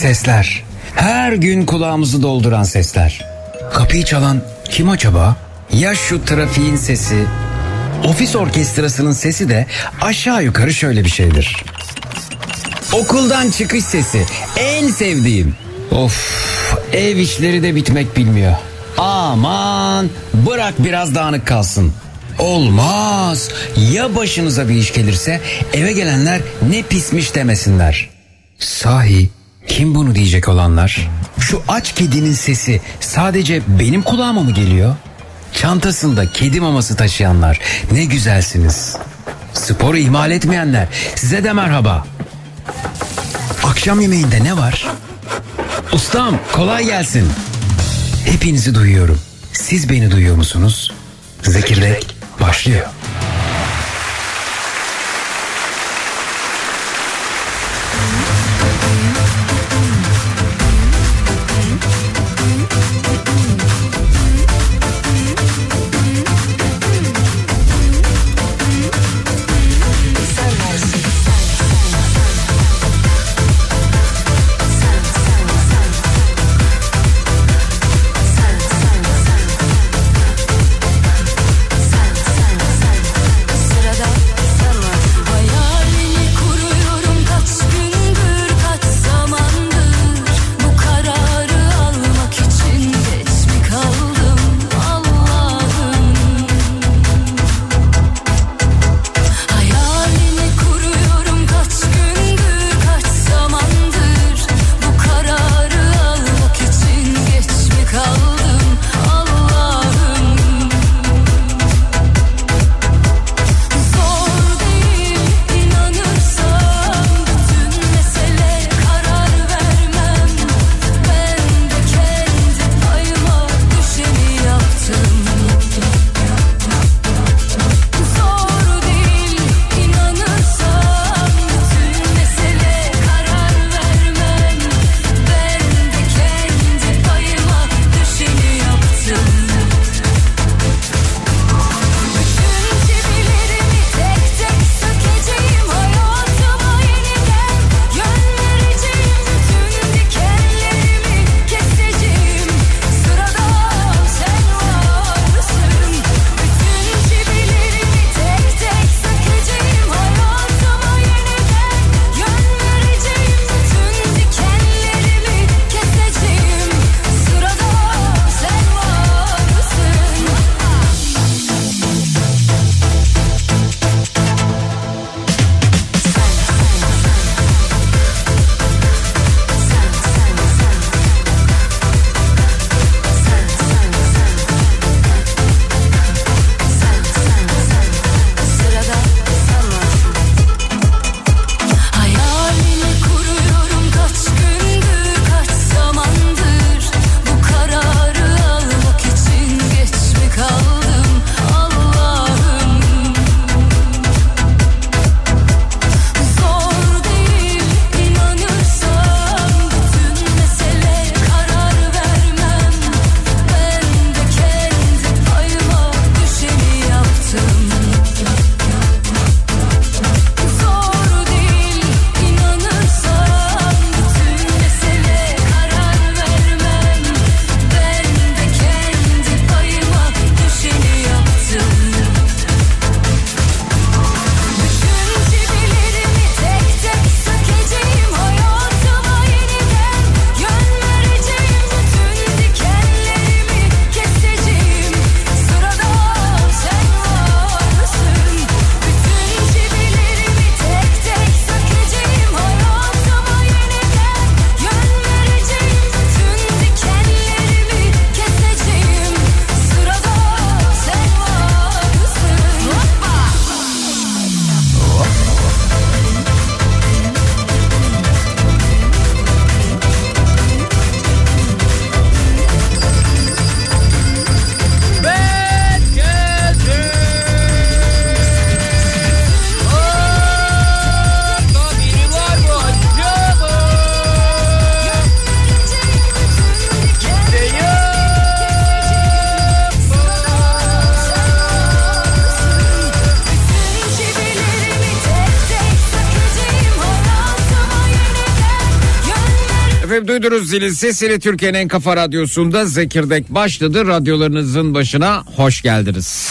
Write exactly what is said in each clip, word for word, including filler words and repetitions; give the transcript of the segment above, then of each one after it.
Sesler. Her gün kulağımızı dolduran sesler. Kapıyı çalan kim acaba? Ya şu trafiğin sesi, ofis orkestrasının sesi de aşağı yukarı şöyle bir şeydir. Okuldan çıkış sesi, en sevdiğim. Of, ev işleri de bitmek bilmiyor. Aman, bırak biraz dağınık kalsın. Olmaz. Ya başınıza bir iş gelirse eve gelenler ne pismiş demesinler. Sahi kim bunu diyecek olanlar? Şu aç kedinin sesi sadece benim kulağıma mı geliyor? Çantasında kedi maması taşıyanlar ne güzelsiniz. Sporu ihmal etmeyenler size de merhaba. Akşam yemeğinde ne var? Ustam kolay gelsin. Hepinizi duyuyorum. Siz beni duyuyor musunuz? Zekirdek başlıyor. Sound, sound, sound. Efendim duydunuz zilin sesini, Türkiye'nin en kafa radyosunda Zekirdek başladı. Radyolarınızın başına hoş geldiniz.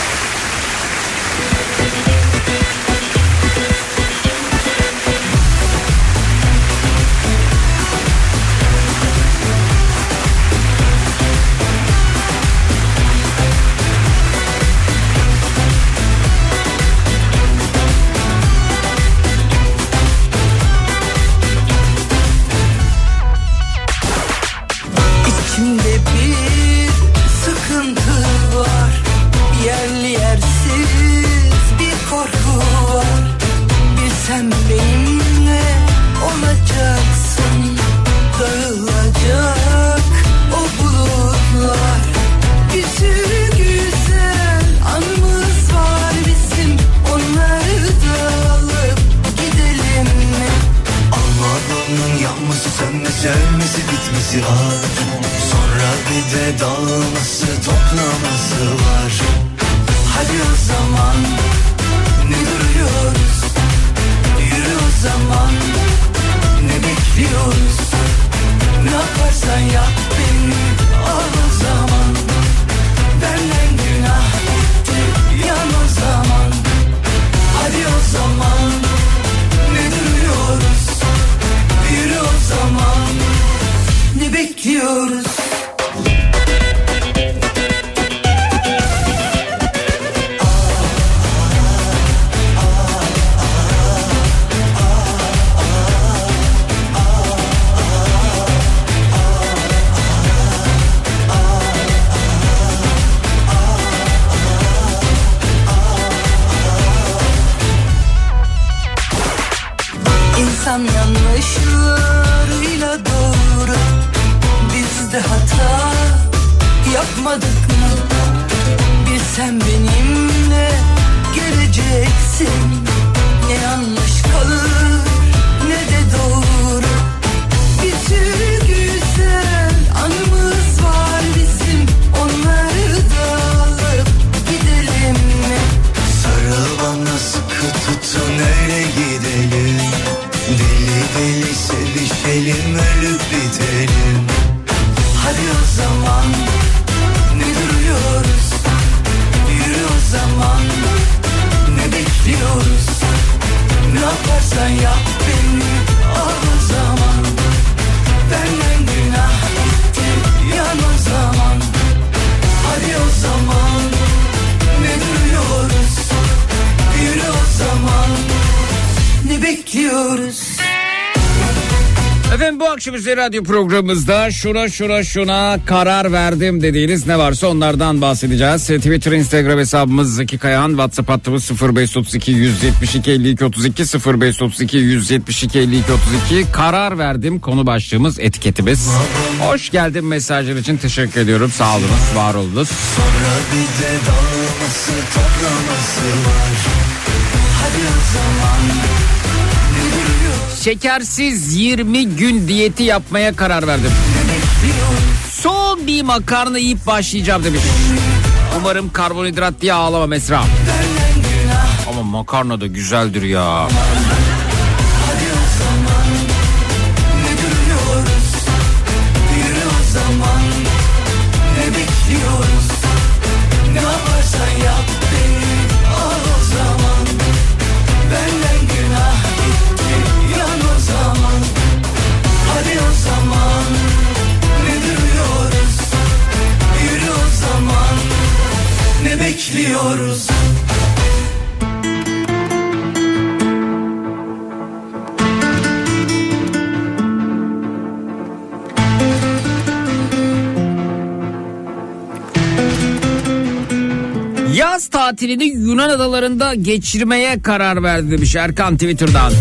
Radyo programımızda şuna şuna şuna karar verdim dediğiniz ne varsa onlardan bahsedeceğiz. Twitter, Instagram hesabımız Zeki Kayahan, WhatsApp hattımız sıfır beş otuz iki yüz yetmiş iki elli iki otuz iki sıfır beş otuz iki yüz yetmiş iki elli iki otuz iki. Karar verdim konu başlığımız, etiketimiz. Hoş geldin mesajlar için teşekkür ediyorum. Sağ olunuz, var olunuz. Sonra bir de dağılması, toplaması var. Hadi o zaman. Şekersiz yirmi gün diyeti yapmaya karar verdim. Son bir makarna yiyip başlayacağım demiş. Umarım karbonhidrat diye ağlamam Esra. Ama makarna da güzeldir ya. Bekliyoruz. Yaz tatilini Yunan adalarında geçirmeye karar verdi demiş Erkan Twitter'dan.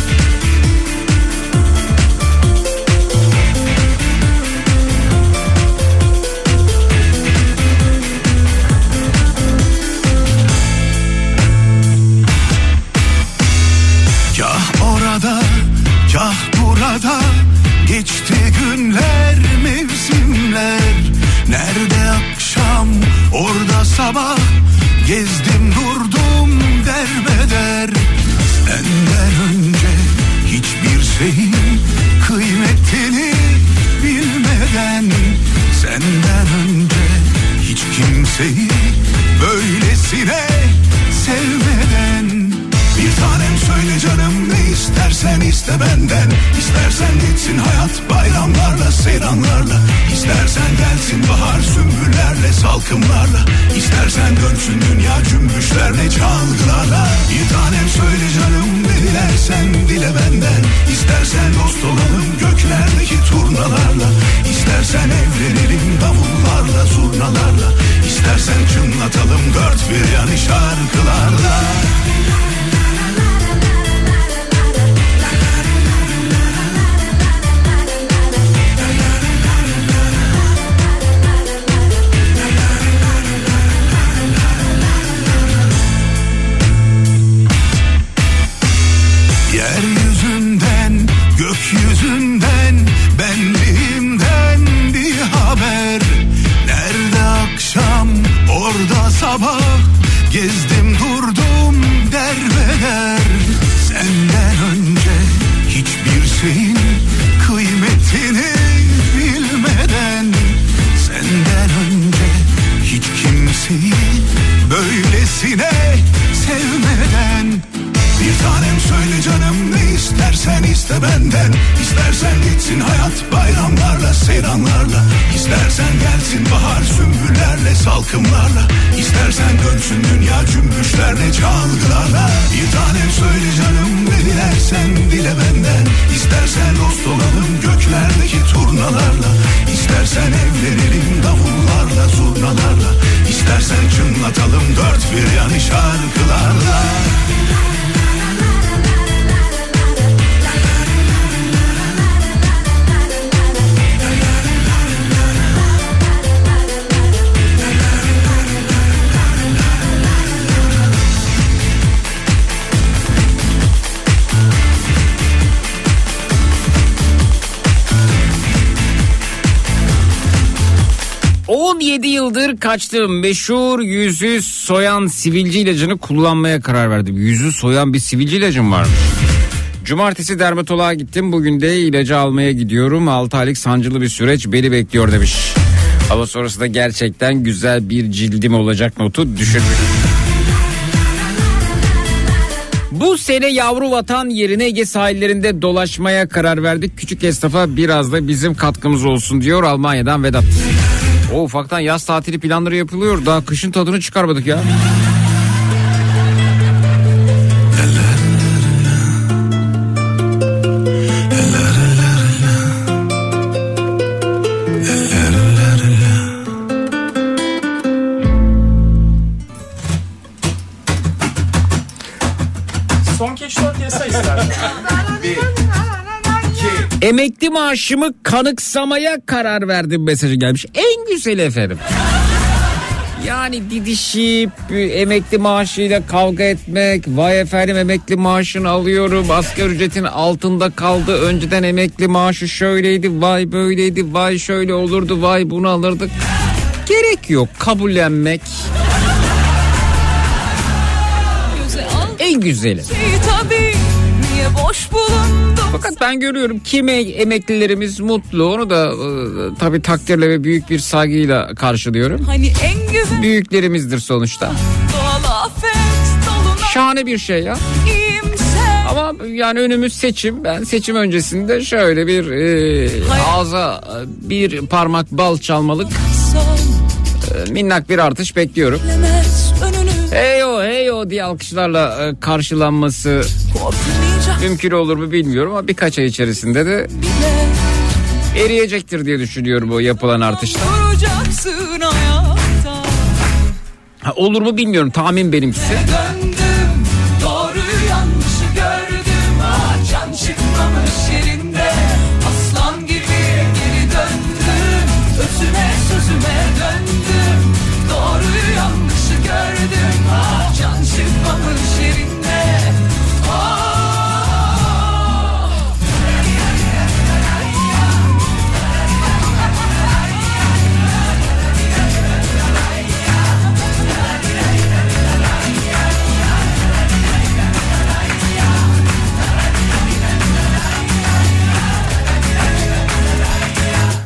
Kah burada geçti günler, mevsimler. Nerede akşam, orada sabah. Gezdim durdum derbeder. Senden önce hiçbir şeyin kıymetini kimseyi böylesine sevmeden. Bir tanem söyle canım, ne istersen iste benden. İstersen gitsin hayat bayramlarla, seyranlarla. İstersen gelsin bahar sümbüllerle, salkımlarla. İstersen dönsün dünya cümbüşlerle, çalgılarla. Bir tanem söyle canım, ne dilersen dile benden. İstersen dost olalım göklerdeki turnalarla. İstersen evlenelim davullarla, zurnalarla. İstersen çınlatalım dört bir yanı şarkılarla. Yeryüzünden, gökyüzünden, benliğimden bir haber. Nerede akşam, orada sabah, gezdim durdum derbeder. Senden önce hiçbir şeyin kıymetini bilmeden, senden önce hiç kimseyi böylesine sevmeden. Bir tanem söyle canım, ne istersen iste benden. İstersen gitsin hayat bayramlarla, seyranlarla. İstersen gelsin bahar sümbüllerle, salkımlarla. İstersen dönsün dünya cümbüşlerle, çalgılarla. Bir tanem söyle canım, ne dilersen dile benden. İstersen dost olalım göklerdeki turnalarla. İstersen evlenelim davullarla, zurnalarla. İstersen çınlatalım dört bir yanı şarkılarla. on yedi yıldır kaçtığım meşhur yüzü soyan sivilce ilacını kullanmaya karar verdim. Yüzü soyan bir sivilce ilacım varmış. Cumartesi dermatoloğa gittim. Bugün de ilacı almaya gidiyorum. altı aylık sancılı bir süreç beni bekliyor demiş. Ama sonrasında gerçekten güzel bir cildim olacak notu düşürmüş. Bu sene yavru vatan yerine Ege sahillerinde dolaşmaya karar verdik. Küçük esnafa biraz da bizim katkımız olsun diyor Almanya'dan Vedat. O ufaktan yaz tatili planları yapılıyor. Daha kışın tadını çıkarmadık ya. Son keşfat yasa istersen. Emekli maaşımı kanıksamaya karar verdim mesajı gelmiş. En güzel efendim. Yani didişip emekli maaşıyla kavga etmek. Vay efendim emekli maaşını alıyorum. Asgari ücretin altında kaldı. Önceden emekli maaşı şöyleydi. Vay böyleydi. Vay şöyle olurdu. Vay bunu alırdık. Gerek yok kabullenmek. En güzeli. Boş bulundum. Fakat ben görüyorum kimi emeklilerimiz mutlu. Onu da e, tabii takdirle ve büyük bir saygıyla karşılıyorum. Hani en güzel büyüklerimizdir sonuçta. Doğal afet dolunay. Şahane bir şey ya. İyimser. Ama yani önümüz seçim. Ben seçim öncesinde şöyle bir e, ağza bir parmak bal çalmalık e, minnak bir artış bekliyorum. Heyo heyo diye alkışlarla e, karşılanması mümkün olur mu bilmiyorum ama birkaç ay içerisinde de eriyecektir diye düşünüyorum o yapılan artışlar. Ha, olur mu bilmiyorum, tahmin benimkisi. Döndüm, doğru yanlışı gördüm, can çıkmamış yerinde, aslan gibi geri döndüm, özüme sözüme döndüm, doğru yanlışı gördüm, can çıkmamış yerinde.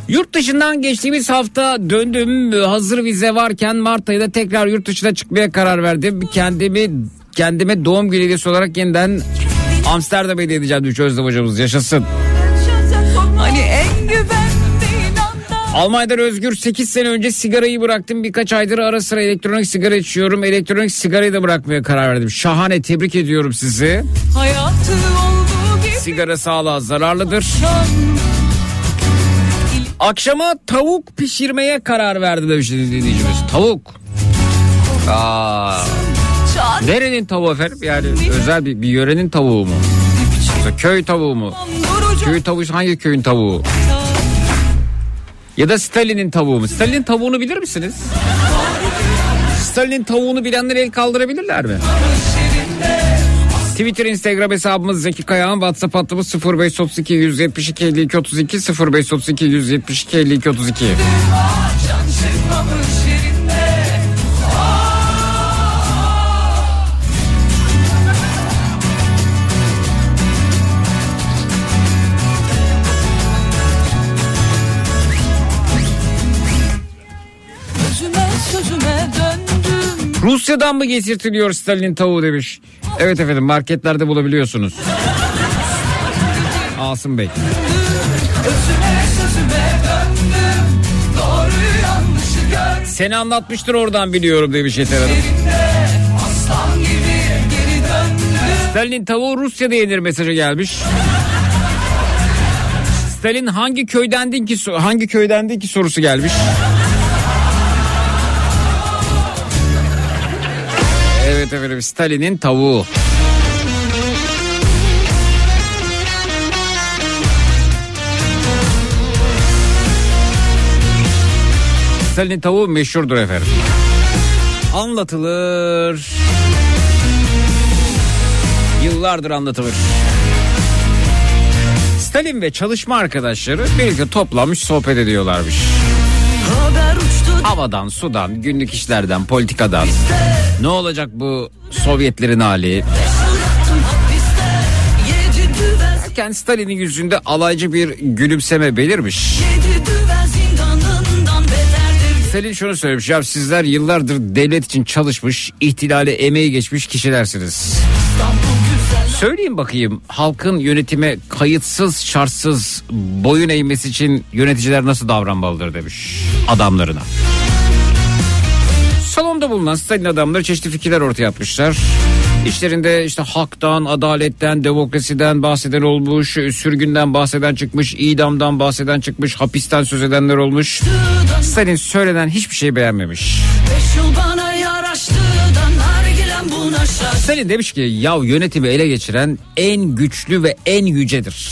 Yurt dışından geçtiğimiz hafta döndüm. Hazır vize varken Mart ayında tekrar yurt dışına çıkmaya karar verdim. Kendimi kendime doğum günü hediyesi olarak yeniden Amsterdam'a hediye edeceğim diyor Özlem hocamız. Yaşasın. Hani en güvendiğin anda. Almanya'da Özgür sekiz sene önce sigarayı bıraktım. Birkaç aydır ara sıra elektronik sigara içiyorum. Elektronik sigarayı da bırakmaya karar verdim. Şahane, tebrik ediyorum sizi. Hayatı olduğu gibi. Sigara sağlığa zararlıdır. Akşama tavuk pişirmeye karar verdi demiş dinleyicimiz. Tavuk. Aa. Nerenin tavuğu efendim? Yani özel bir, bir yörenin tavuğu mu? Yoksa köy tavuğu mu? Köy tavuğu hangi köyün tavuğu? Ya da Stalin'in tavuğu mu? Stalin'in tavuğunu bilir misiniz? Stalin'in tavuğunu bilenler el kaldırabilirler mi? Twitter, Instagram hesabımız Zeki Kayağan, WhatsApp hattımız sıfır beş otuz iki yüz yetmiş iki elli iki otuz iki sıfır beş otuz iki yüz yetmiş iki elli iki otuz iki. Sözüme sözüme döndüm. Rusya'dan mı getirtiliyor Stalin'in tavuğu demiş. Evet efendim, marketlerde bulabiliyorsunuz. Asım Bey. Sözüme sözüme döndüm. Doğru yanlışı gör. Seni anlatmıştır oradan biliyorum demiş Yeter Hanım. Aslan gibi geri döndüm. Stalin'in tavuğu Rusya'da yenir mesajı gelmiş. Stalin hangi köydendin ki hangi köydendin ki sorusu gelmiş. Evet efendim, Stalin'in tavuğu. Stalin'in tavuğu meşhurdur efendim. Anlatılır. Yıllardır anlatılır. Stalin ve çalışma arkadaşları birlikte toplanmış sohbet ediyorlarmış. Havadan, sudan, günlük işlerden, politikadan. Ne olacak bu Sovyetlerin hali? Derken Stalin'in yüzünde alaycı bir gülümseme belirmiş. Stalin şunu söylemiş: ya sizler yıllardır devlet için çalışmış, ihtilale emeği geçmiş kişilersiniz. Söyleyin bakayım, halkın yönetime kayıtsız şartsız boyun eğmesi için yöneticiler nasıl davranmalıdır demiş adamlarına. Salonda bulunan Stalin adamları çeşitli fikirler ortaya atmışlar. İşlerinde işte haktan, adaletten, demokrasiden bahseden olmuş, sürgünden bahseden çıkmış, idamdan bahseden çıkmış, hapisten söz edenler olmuş. Stalin söylenen hiçbir şey beğenmemiş. Stalin demiş ki ya yönetimi ele geçiren en güçlü ve en yücedir.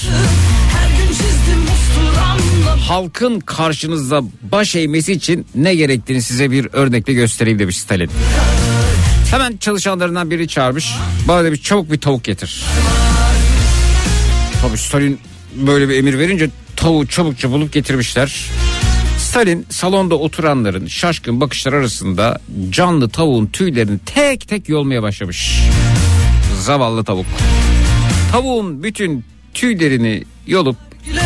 Halkın karşınızda baş eğmesi için ne gerektiğini size bir örnekle göstereyim demiş Stalin. Hemen çalışanlarından biri çağırmış. Bana demiş çabuk bir tavuk getir. Tabii Stalin böyle bir emir verince tavuğu çabukça bulup getirmişler. Stalin salonda oturanların şaşkın bakışlar arasında canlı tavuğun tüylerini tek tek yolmaya başlamış. Zavallı tavuk. Tavuğun bütün tüylerini yolup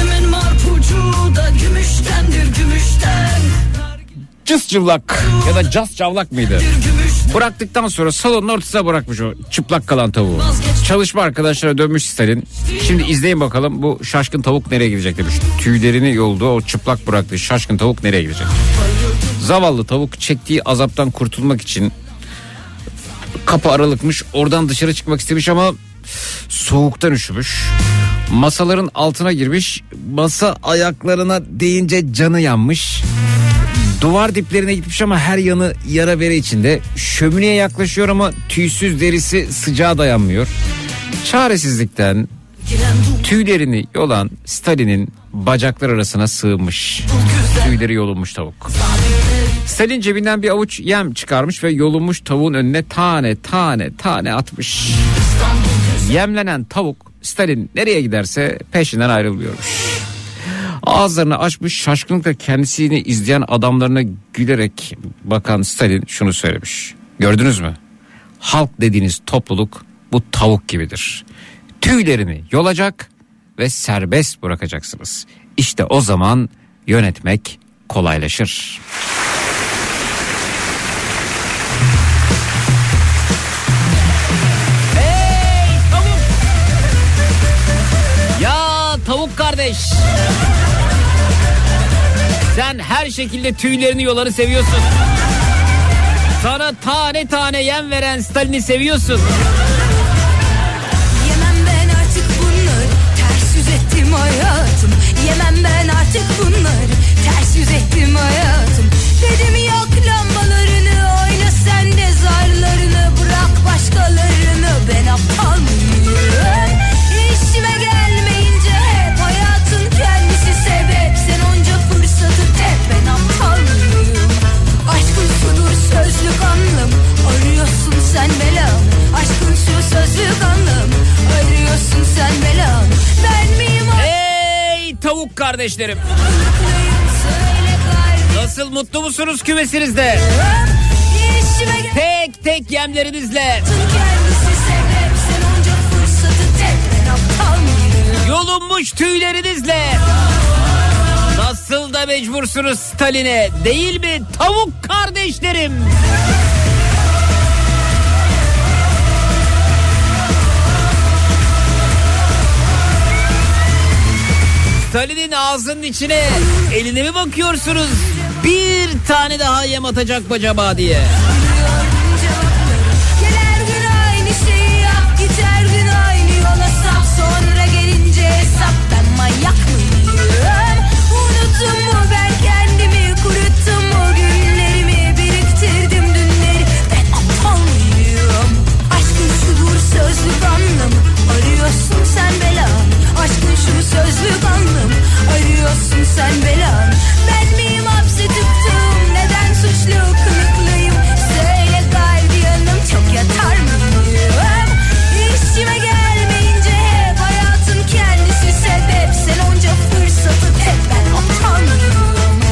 cız cıvlak ya da cas cavlak mıydı? Bıraktıktan sonra salonun ortasına bırakmış o çıplak kalan tavuğu. Çalışma arkadaşlara dönmüş Stalin. Şimdi izleyin bakalım bu şaşkın tavuk nereye gidecek demiş. Tüylerini yolduğu o çıplak bıraktığı şaşkın tavuk nereye gidecek? Zavallı tavuk çektiği azaptan kurtulmak için kapı aralıkmış, oradan dışarı çıkmak istemiş ama soğuktan üşümüş. Masaların altına girmiş, masa ayaklarına değince canı yanmış. Duvar diplerine gitmiş ama her yanı yara bere içinde. Şömineye yaklaşıyor ama tüysüz derisi sıcağa dayanmıyor. Çaresizlikten tüylerini yolan Stalin'in bacaklar arasına sığmış. Tüyleri yolunmuş tavuk. Stalin cebinden bir avuç yem çıkarmış ve yolunmuş tavuğun önüne tane tane tane atmış. Yemlenen tavuk Stalin nereye giderse peşinden ayrılmıyormuş. Ağızlarını açmış, şaşkınlıkla kendisini izleyen adamlarına gülerek bakan Stalin şunu söylemiş. Gördünüz mü? Halk dediğiniz topluluk bu tavuk gibidir. Tüylerini yolacak ve serbest bırakacaksınız. İşte o zaman yönetmek kolaylaşır. Hey tavuk! Ya tavuk kardeş! Sen her şekilde tüylerini yoları seviyorsun. Sana tane tane yem veren Stalin'i seviyorsun. Yemem ben artık bunları, ters yüz ettim hayatım. Yemem ben artık bunları, ters yüz ettim hayatım. Dedim yok lambalarını, oyna sen de zarlarını. Bırak başkalarını, ben aptal mıyım? İşime gelmeyince hep hayatın kendisi sebep. Sen onca fırsatı tep, ben aptal mıyım? Aşkın şudur sözlük anlam, arıyorsun sen belam. Aşkın şu sözlük anlam, arıyorsun sen belam. Ben miyim o? Hey tavuk kardeşlerim! Nasıl, mutlu musunuz kümesinizde? Tek tek yemlerinizle, yolunmuş tüylerinizle. Nasıl da mecbursunuz Stalin'e, değil mi tavuk kardeşlerim? Stalin'in ağzının içine eline mi bakıyorsunuz? Bir tane daha yem atacak mı acaba diye. Gel her gün aynı şeyi yap, git her gün aynı yola sap. Sonra gelince hesap, ben manyak mıyım? Unuttum mu ben kendimi, kuruttum mu günlerimi, biriktirdim dünleri, ben aptal mıyım? Aşkın şudur sözlük anlamı, arıyorsun sen belanı. Aşkın şu sözlük anlamı, arıyorsun sen belanı. Ben miyim hapse tıktım, neden suçlu kılıklıyım? Söyle gardiyanım, çok yatar mıyım? İşime gelmeyince hep hayatın kendisi sebep. Sen onca fırsatı hep, ben aptal mıyım?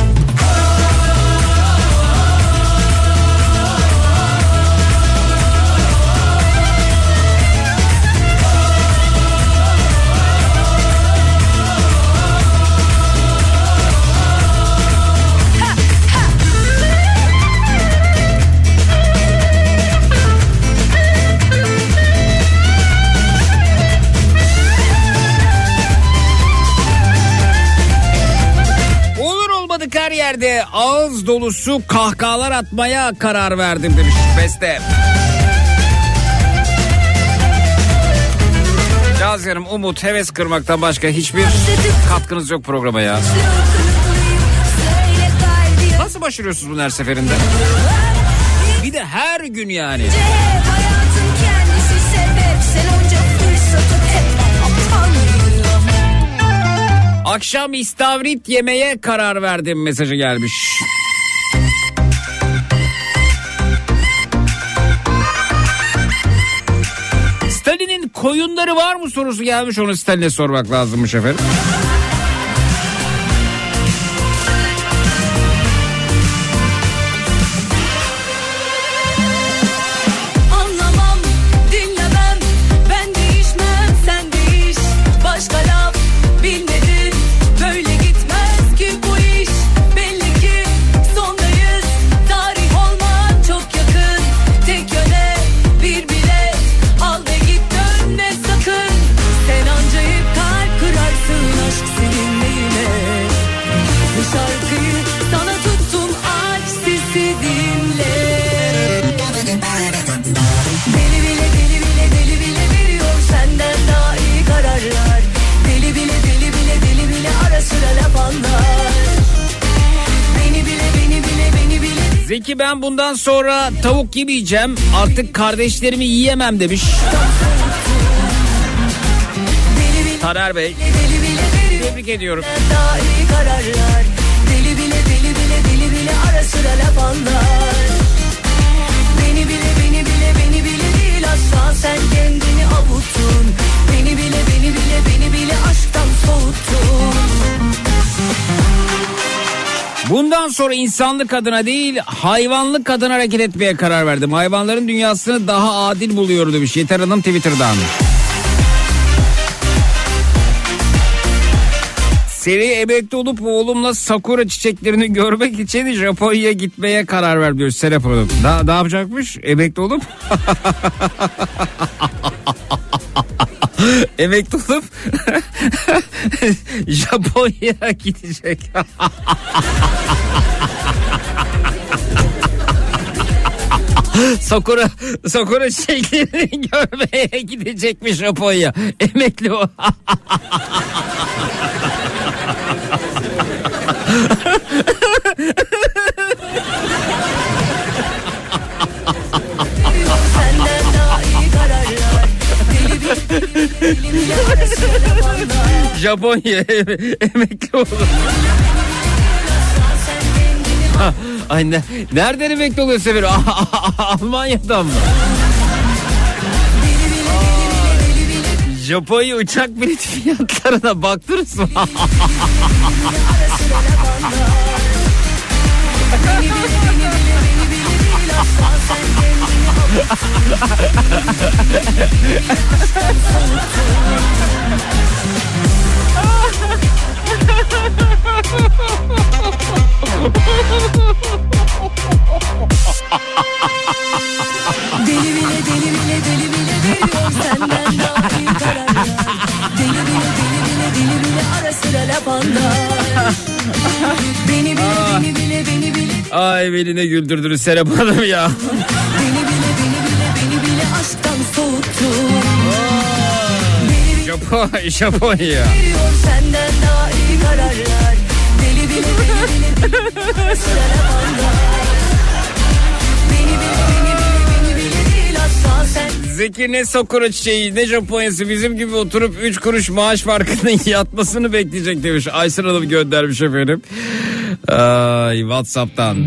Her yerde ağız dolusu kahkahalar atmaya karar verdim demiş Beste. Caziye'm, umut, heves kırmaktan başka hiçbir katkınız yok programa ya. Nasıl başarıyorsunuz bunu her seferinde? Bir de her gün yani. Hayatın kendisi sebep. Sen onca fırsatı hep, aptal mıyım? Akşam istavrit yemeye karar verdim mesajı gelmiş. Stalin'in koyunları var mı sorusu gelmiş, onu Stalin'e sormak lazımmış efendim. Anlamam, dinlemem, ben değişmem, sen değiş. Başka laf bilmedin, böyle gitmez ki bu iş. Belli ki sondayız, tarih olmak çok yakın. Tek yöne bir bilet, al ve git, dönme sakın. Sen ancayıp kalp kırarsın, aşk senin neyine? Bu şarkıyı sana tuttum, aç sesi dinle. Deli bile deli bile deli bile veriyor senden daha iyi kararlar. Deli bile deli bile deli bile ara sıra laf anlar. Beni bile beni bile beni bile. Zeki, ben bundan sonra tavuk yemeyeceğim, artık kardeşlerimi yiyemem demiş. Taner Bey, Deli bile veriyor tebrik ediyorum. senden daha iyi kararlar. Deli bile deli bile deli bile ara sıra laf anlar. Beni bile beni bile beni bile değil, asla sen kendini avuttun. Beni bile beni bile beni bile aşktan soğuttun. Bundan sonra insanlık adına değil, hayvanlık adına hareket etmeye karar verdim. Hayvanların dünyasını daha adil buluyor demiş Yeter Hanım Twitter'dan. Seni emekli olup oğlumla sakura çiçeklerini görmek için Japonya'ya gitmeye karar ver diyor Serap Hanım. Da, ne yapacakmış emekli olup? Emekli olup Japonya'ya gidecek. Sakura Sakura çiçeklerini görmeye gidecekmiş Japonya. Emekli o. Senden daha iyi kararlar. Deli bir elimle arasına banlar. Japonya emekli olur. Ha, ay ne, nereden emekli oluyor Sefer? Almanya'dan mı? Japonya uçak bilet fiyatlarına baktınız mı? Deli bile deli bile deli bile veriyor senden daha iyi kararlar. Deli bile deli bile deli bile ara sıra laf anlar. Beni bile beni bile beni bile. Ay beni ne güldürdünüz Serap Hanım ya. Beni bile beni bile beni bile aşktan soğuttun. Japonya, Japonya. Veriyor senden daha iyi kararlar. Deli bile deli bile deli bile ara sıra laf anlar. Beni bile beni bile beni bile değil asla sen. Zeki ne sakura çiçeği ne Japonya'sı bizim gibi oturup üç kuruş maaş farkının yatmasını bekleyecek demiş. Aysel Hanım göndermiş efendim. Ay, WhatsApp'tan.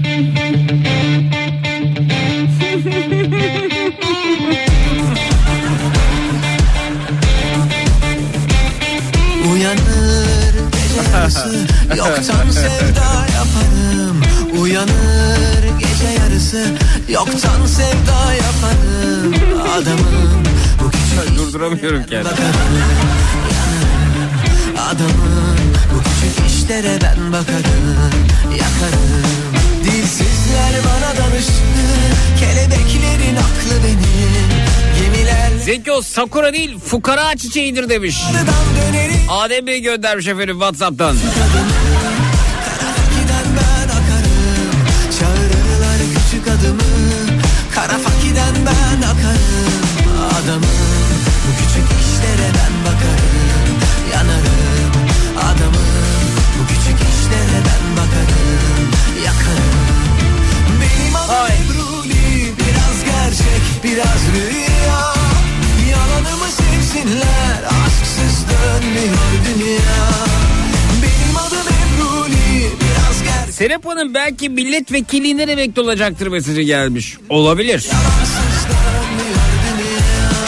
Uyanır gece yarısı yoktan sevda yaparım. Uyanır gece yarısı yoktan sevda yaparım. Adamım bu küçük Durduramıyorum kendimi. bakarım, yanarım. Adamım bu küçük işlere ben bakarım, yakarım. Dilsizler bana danıştı, kelebeklerin aklı benim. Gemiler Zeki o sakura değil fukara çiçeğidir demiş. dönerim. Adem Bey göndermiş efendim WhatsApp'tan. Karafaki'den ben akarım. Çağırırlar küçük adımı. Karafaki'den ben akarım. Adamım bu küçük işlere ben bakarım, yanarım. Adamım bu küçük işlere ben bakarım, yakarım. Benim adım Ebruli, biraz gerçek biraz rüya. Yalanımı sevsinler, aşksız dönmüyor dünya. Benim adım Ebruli, biraz gerçek Serap Hanım belki milletvekilliğinden emekli olacaktır mesajı gelmiş. Olabilir. yalansız dönmüyor dünya.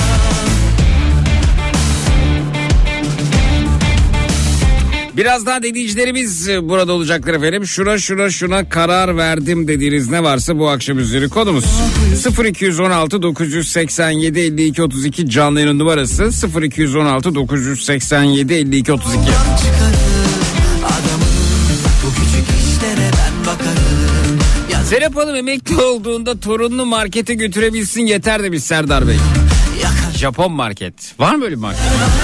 Biraz daha dinleyicilerimiz burada olacaklar efendim. Şuna şuna şuna karar verdim dediğiniz ne varsa bu akşam üzeri konumuz. sıfır iki on altı dokuz seksen yedi elli iki otuz iki canlı yayın numarası sıfır iki on altı dokuz seksen yedi elli iki otuz iki. Çıkarım adamım bu küçük işlere ben bakarım. Yaz Serap Hanım emekli olduğunda torununu markete götürebilsin yeter demiş Serdar Bey. yakar Japon market. Var mı öyle bir market?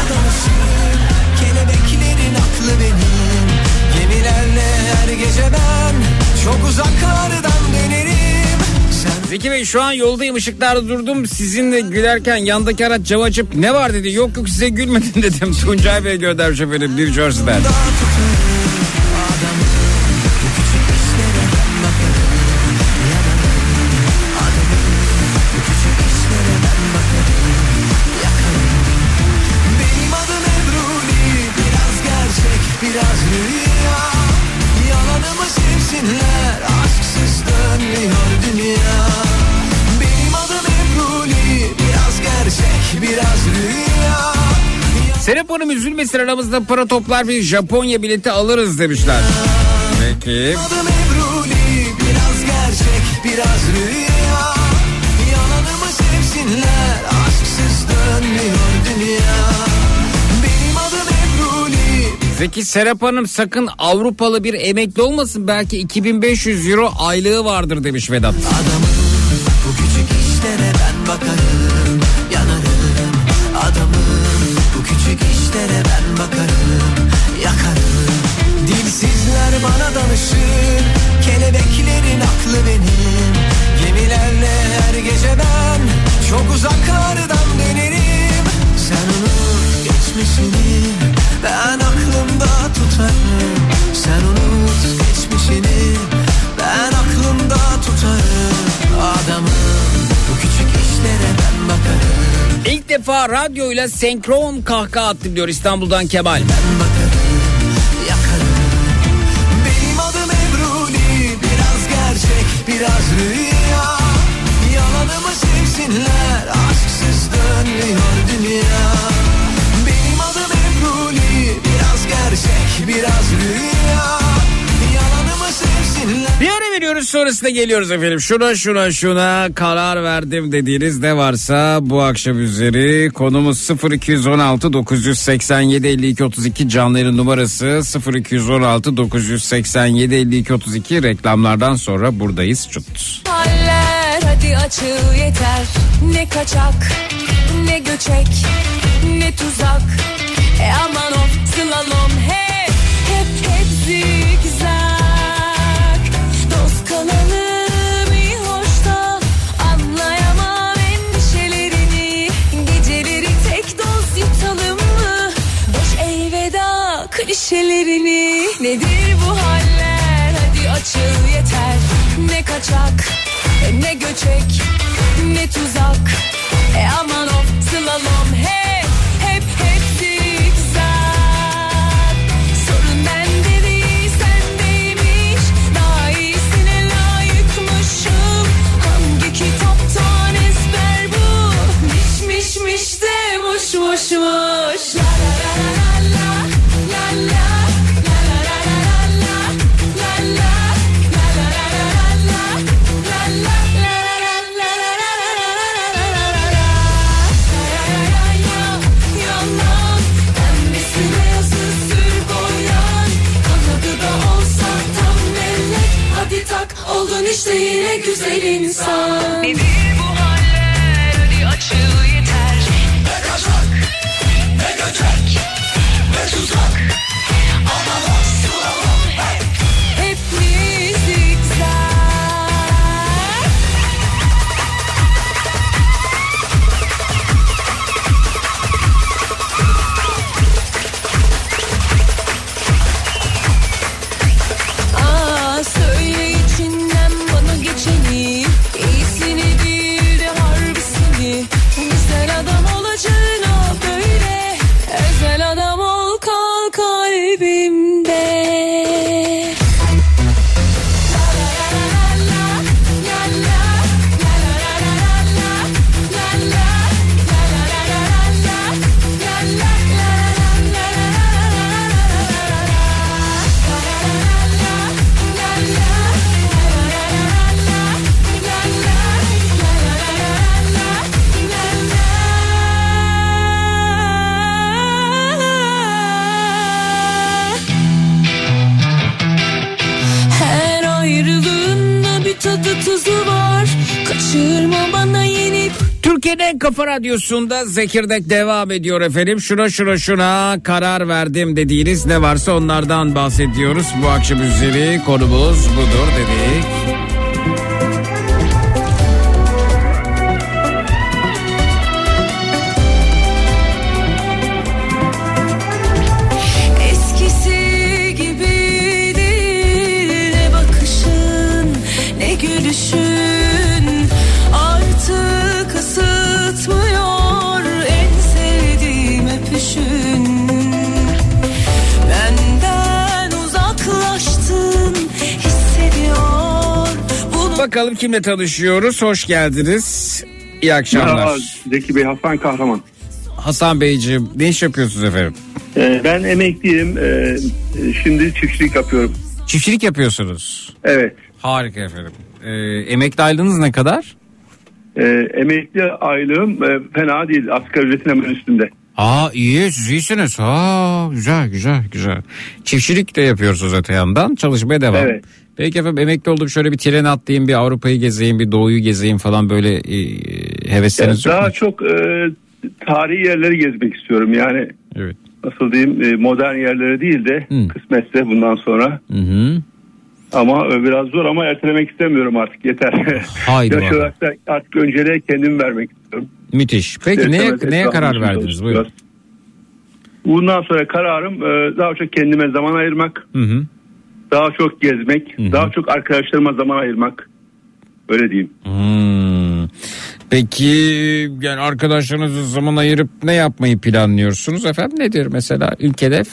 kelebeklerin aklı benim. Gemilerle her gece ben çok uzaklardan dönerim. Sen Zeki Bey şu an yoldayım ışıklarda durdum. Sizinle gülerken yandaki araç camı açıp ne var dedi. Yok yok size gülmedim dedim. Tuncay Bey göndermiş efendim New Jersey'den. daha tutarım adamım bu küçük işlere ben bakarım, yanarım. Adamım bu küçük işlere ben bakarım, yakarım. Benim adım Ebruli, biraz gerçek biraz rüya. Yalanımı sevsinler, aşksız dönmüyor dünya. Benim adım Ebruli, biraz gerçek biraz rüya. Serap Hanım üzülmesin aramızda para toplar bir Japonya bileti alırız demişler. Peki. Adım Ebruli, biraz gerçek biraz rüya. Yalanımı sevsinler, aşksız dönmüyor dünya. Benim adım Ebruli. Zeki, Serap Hanım sakın Avrupalı bir emekli olmasın, belki iki bin beş yüz euro aylığı vardır demiş Vedat. Adamım bu küçük işlere ben bakarım, yanarım. Adamım bu küçük işlere ben bakarım, yakarım. Dilsizler bana danışır, kelebeklerin aklı benim. Gemilerle her gece ben çok uzaklardan dönerim. Sen unut geçmişini, ben aklımda tutarım. Sen unut geçmişini, ben aklımda tutarım. Adamım bu küçük işlere ben bakarım. İlk defa radyoyla senkron kahkaha attım diyor İstanbul'dan Kemal. Ben bakarım, yakarım. Benim adım Ebruli, biraz gerçek biraz rüya. Yalanımı sevsinler, aşksız dönmüyor dünya. Benim adım Ebruli, biraz gerçek biraz rüya. Yalanımı sevsinler. Bir ara veriyoruz, sonrasında geliyoruz efendim. Şuna şuna şuna karar verdim dediğiniz ne varsa bu akşam üzeri konumuz sıfır iki on altı dokuz seksen yedi elli iki otuz iki, canlı yayın numarası sıfır iki on altı dokuz seksen yedi elli iki otuz iki. Reklamlardan sonra buradayız. Çut. Haller hadi açıl yeter. Ne kaçak ne göçek ne tuzak. E aman o slalom hep hep hep zigzag. Dost kalalım iyi hoş da anlayamam endişelerini. Geceleri tek doz yutalım mı? Boş elveda klişelerini. Nedir bu haller hadi açıl yeter. Ne kaçak ne göçek ne tuzak. E aman o slalom hep hep hep zigzag. Sorun bende değil sendeymiş. Daha iyisine layıkmışım. Hangi kitaptan ezber bu? Miş miş miş de muş muş muş. La la la la la la la. Oldun işte yine güzel insan. Nedir bu haller hadi açıl yeter. Ne kaçak ne göçek ne tuzak. Aman o slalom hep hep mi zigzag. Aa söyle içinden bana geçeni, iyisini değil de harbisini. Güzel adam olacağına böyle özel adam ol kal kalbimde. Her ayrılığında bir tadı tuzu var. Kaçırma bana yeni. Türkiye'nin Kafa Radyosu'nda Zekirdek devam ediyor efendim. Şuna şuna şuna karar verdim dediğiniz ne varsa onlardan bahsediyoruz. Bu akşam üzeri konumuz budur dedik. Eskisi gibi değil ne bakışın ne gülüşün. Artık ısıtmıyor en sevdiğim öpüşün. Benden uzaklaştın hissediyor bunu. Bakalım kimle tanışıyoruz. Hoş geldiniz. İyi akşamlar. Merhaba Zeki Bey, Hasan Kahraman. Hasan Beyciğim, ne iş yapıyorsunuz efendim? Ee, ben emekliyim. Ee, şimdi çiftçilik yapıyorum. Çiftçilik yapıyorsunuz. Evet. Harika efendim. Ee, emekli aylığınız ne kadar? Ee, emekli aylığım e, fena değil. Asgari ücretin hemen üstünde. Aa iyi, siz iyisiniz. Aa güzel güzel güzel. Çiftçilik de yapıyorsunuz öte yandan, çalışmaya devam. Evet. Peki efendim, emekli oldum, şöyle bir tren atlayayım, bir Avrupa'yı gezeyim, bir Doğu'yu gezeyim falan, böyle e, hevesleriniz Yani yok daha mu? çok e, tarihi yerleri gezmek istiyorum. Yani Evet. nasıl diyeyim, e, modern yerlere değil de Hı. kısmetse bundan sonra. Hı hı. Ama e, biraz zor, ama ertelemek istemiyorum artık, yeter. Haydi Yaş bakalım. olarak da artık önceliğe kendimi vermek istiyorum. Müthiş. Peki neye, Ertelemez, neye karar etrafımızı verdiniz? Buyurun. çalışacağız. Bundan sonra kararım e, daha çok kendime zaman ayırmak, Hı hı. daha çok gezmek, Hı hı. daha çok arkadaşlarıma zaman ayırmak. Öyle diyeyim. Hmm. Peki yani arkadaşlarınızla zaman ayırıp ne yapmayı planlıyorsunuz efendim? Nedir mesela ilk hedef?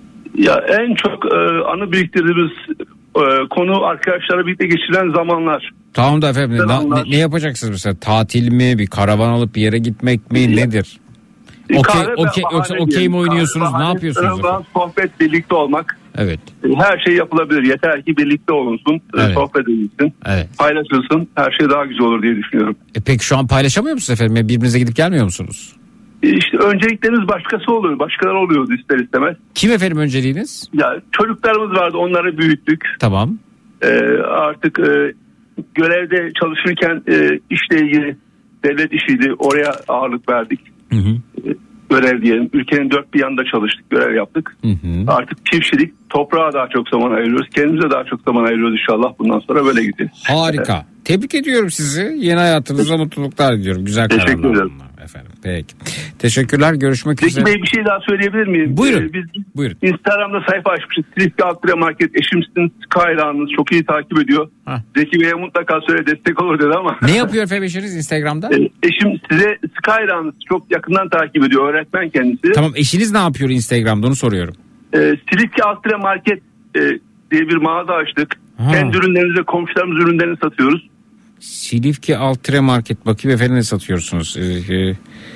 Ya en çok e, anı biriktirdiğimiz e, konu arkadaşlarla birlikte geçirilen zamanlar. Tamam da efendim, ne, Selamlar. ne, ne yapacaksınız mesela? Tatil mi, bir karavan alıp bir yere gitmek mi, Ya. nedir? E, Okey, kahve ve okey, bahane yoksa okey diyelim. mi oynuyorsunuz? Kahve, Ne bahane, yapıyorsunuz selam, efendim? sohbet, birlikte olmak. Evet. E, Her şey yapılabilir. Yeter ki birlikte olunsun, e, Evet. sohbet edilsin, Evet. paylaşılsın. Her şey daha güzel olur diye düşünüyorum. E peki şu an paylaşamıyor musunuz efendim? Ya birbirinize gidip gelmiyor musunuz? E, İşte öncelikleriniz başkası oluyor. Başkaları oluyordu ister istemez. Kim efendim önceliğiniz? Ya çocuklarımız vardı, onları büyüttük. Tamam. E, artık e, görevde çalışırken e, işle ilgili devlet işiydi. Oraya ağırlık verdik. Hı hı. E, görev diyelim. Ülkenin dört bir yanında çalıştık, görev yaptık. Hı hı. Artık çiftçilik, toprağa daha çok zaman ayırıyoruz. Kendimize daha çok zaman ayırıyoruz inşallah. Bundan sonra böyle gideceğiz. Harika. Tebrik ediyorum sizi. Yeni hayatınıza mutluluklar diliyorum. Güzel Teşekkür kararlar ederim. bunlar efendim. Peki. Teşekkürler. Görüşmek Peki üzere. Bey, bir şey daha söyleyebilir miyim? Buyurun. Ee, Biz Buyurun. Instagram'da sayfa açmışız. Silifke Altıre Market. Eşimsin, Sky hayranınız. Çok iyi takip ediyor. Hah. Zeki Bey'e mutlaka söyle, destek olur dedi ama. Ne yapıyor efendim eşiniz Instagram'da? Ee, Eşim size Sky hayranınız. Çok yakından takip ediyor. Öğretmen kendisi. Tamam, eşiniz ne yapıyor Instagram'da, onu soruyorum. Ee, Silifke Altıre Market e, diye bir mağaza açtık. Ha. Kendi ürünlerimizi, komşularımız ürünlerini satıyoruz. Silifke Altıre Market, bakayım efendim ne satıyorsunuz? Ee, e,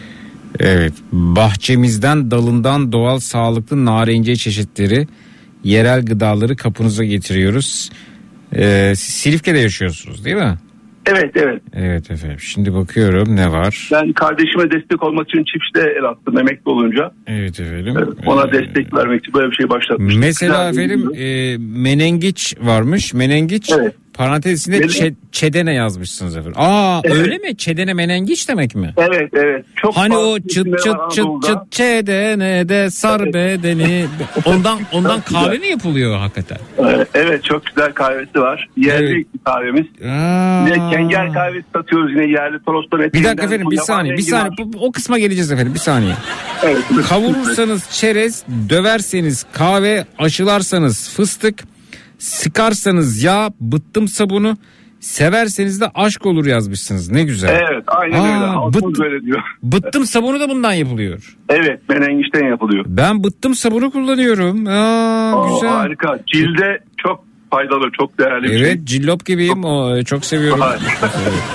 evet, bahçemizden dalından doğal sağlıklı narenciye çeşitleri, yerel gıdaları kapınıza getiriyoruz. Ee, siz Silifke'de yaşıyorsunuz değil mi? Evet evet. Evet efendim, şimdi bakıyorum ne var. Ben kardeşime destek olmak için çiftçide el attım emekli olunca. Evet efendim. Evet, ona Ee, destek vermek için böyle bir şey başlatmıştım. Mesela Güzel bir efendim ürün. e, menengiç varmış. Menengiç, Evet. parantez içinde Men- çe- çedene yazmışsınız efendim. Aa Evet. öyle mi? Çedene menengiç demek mi? Evet evet. Çok Hani fazla o çıt isimleri çıt var çıt Anadolu'da. çıt çedene de sar Evet. bedeni. Ondan ondan Çok güzel. kahve mi yapılıyor hakikaten? Evet, evet çok güzel kahvesi var. Yerli Evet. kahvemiz. Aa. Yine kenger kahvesi satıyoruz, yine yerli Toros'tan Bir eteğinden. dakika efendim, Bu bir yaban saniye bir rengi saniye var. Bu- o kısma geleceğiz efendim, bir saniye. Evet. Kavurursanız çerez, döverseniz kahve, aşılarsanız fıstık, sıkarsanız yağ, bıttım sabunu, severseniz de aşk olur yazmışsınız. Ne güzel. Evet aynen Aa, öyle. Halkımız bıttım- böyle diyor. Bıttım sabunu da bundan yapılıyor. Evet, menengiçten yapılıyor. Ben bıttım sabunu kullanıyorum. Aa, Oo, güzel. harika. Cilde çok faydalı, çok değerli bir şey. Evet, cillop gibiyim. O, çok seviyorum. Harika.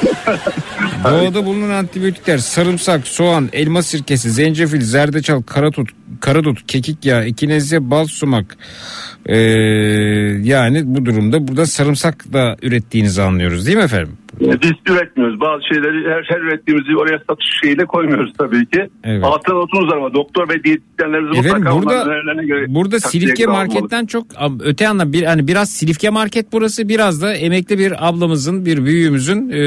Doğada bulunan antibiyotikler: sarımsak, soğan, elma sirkesi, zencefil, zerdeçal, karadut, karadut, kekik yağı, ekinezya, bal, sumak. Ee, yani bu durumda burada sarımsak da ürettiğinizi anlıyoruz değil mi efendim? Biz üretmiyoruz. Bazı şeyleri, her, her ürettiğimizi oraya satış şeyine koymuyoruz tabii ki. Evet. Altına notunuz ama doktor ve diyetisyenlerimiz Efendim mutlaka burada onların önerilerine göre burada takviye Silifke almalı. marketten çok öte yandan bir hani biraz Silifke market burası, biraz da emekli bir ablamızın, bir büyüğümüzün e,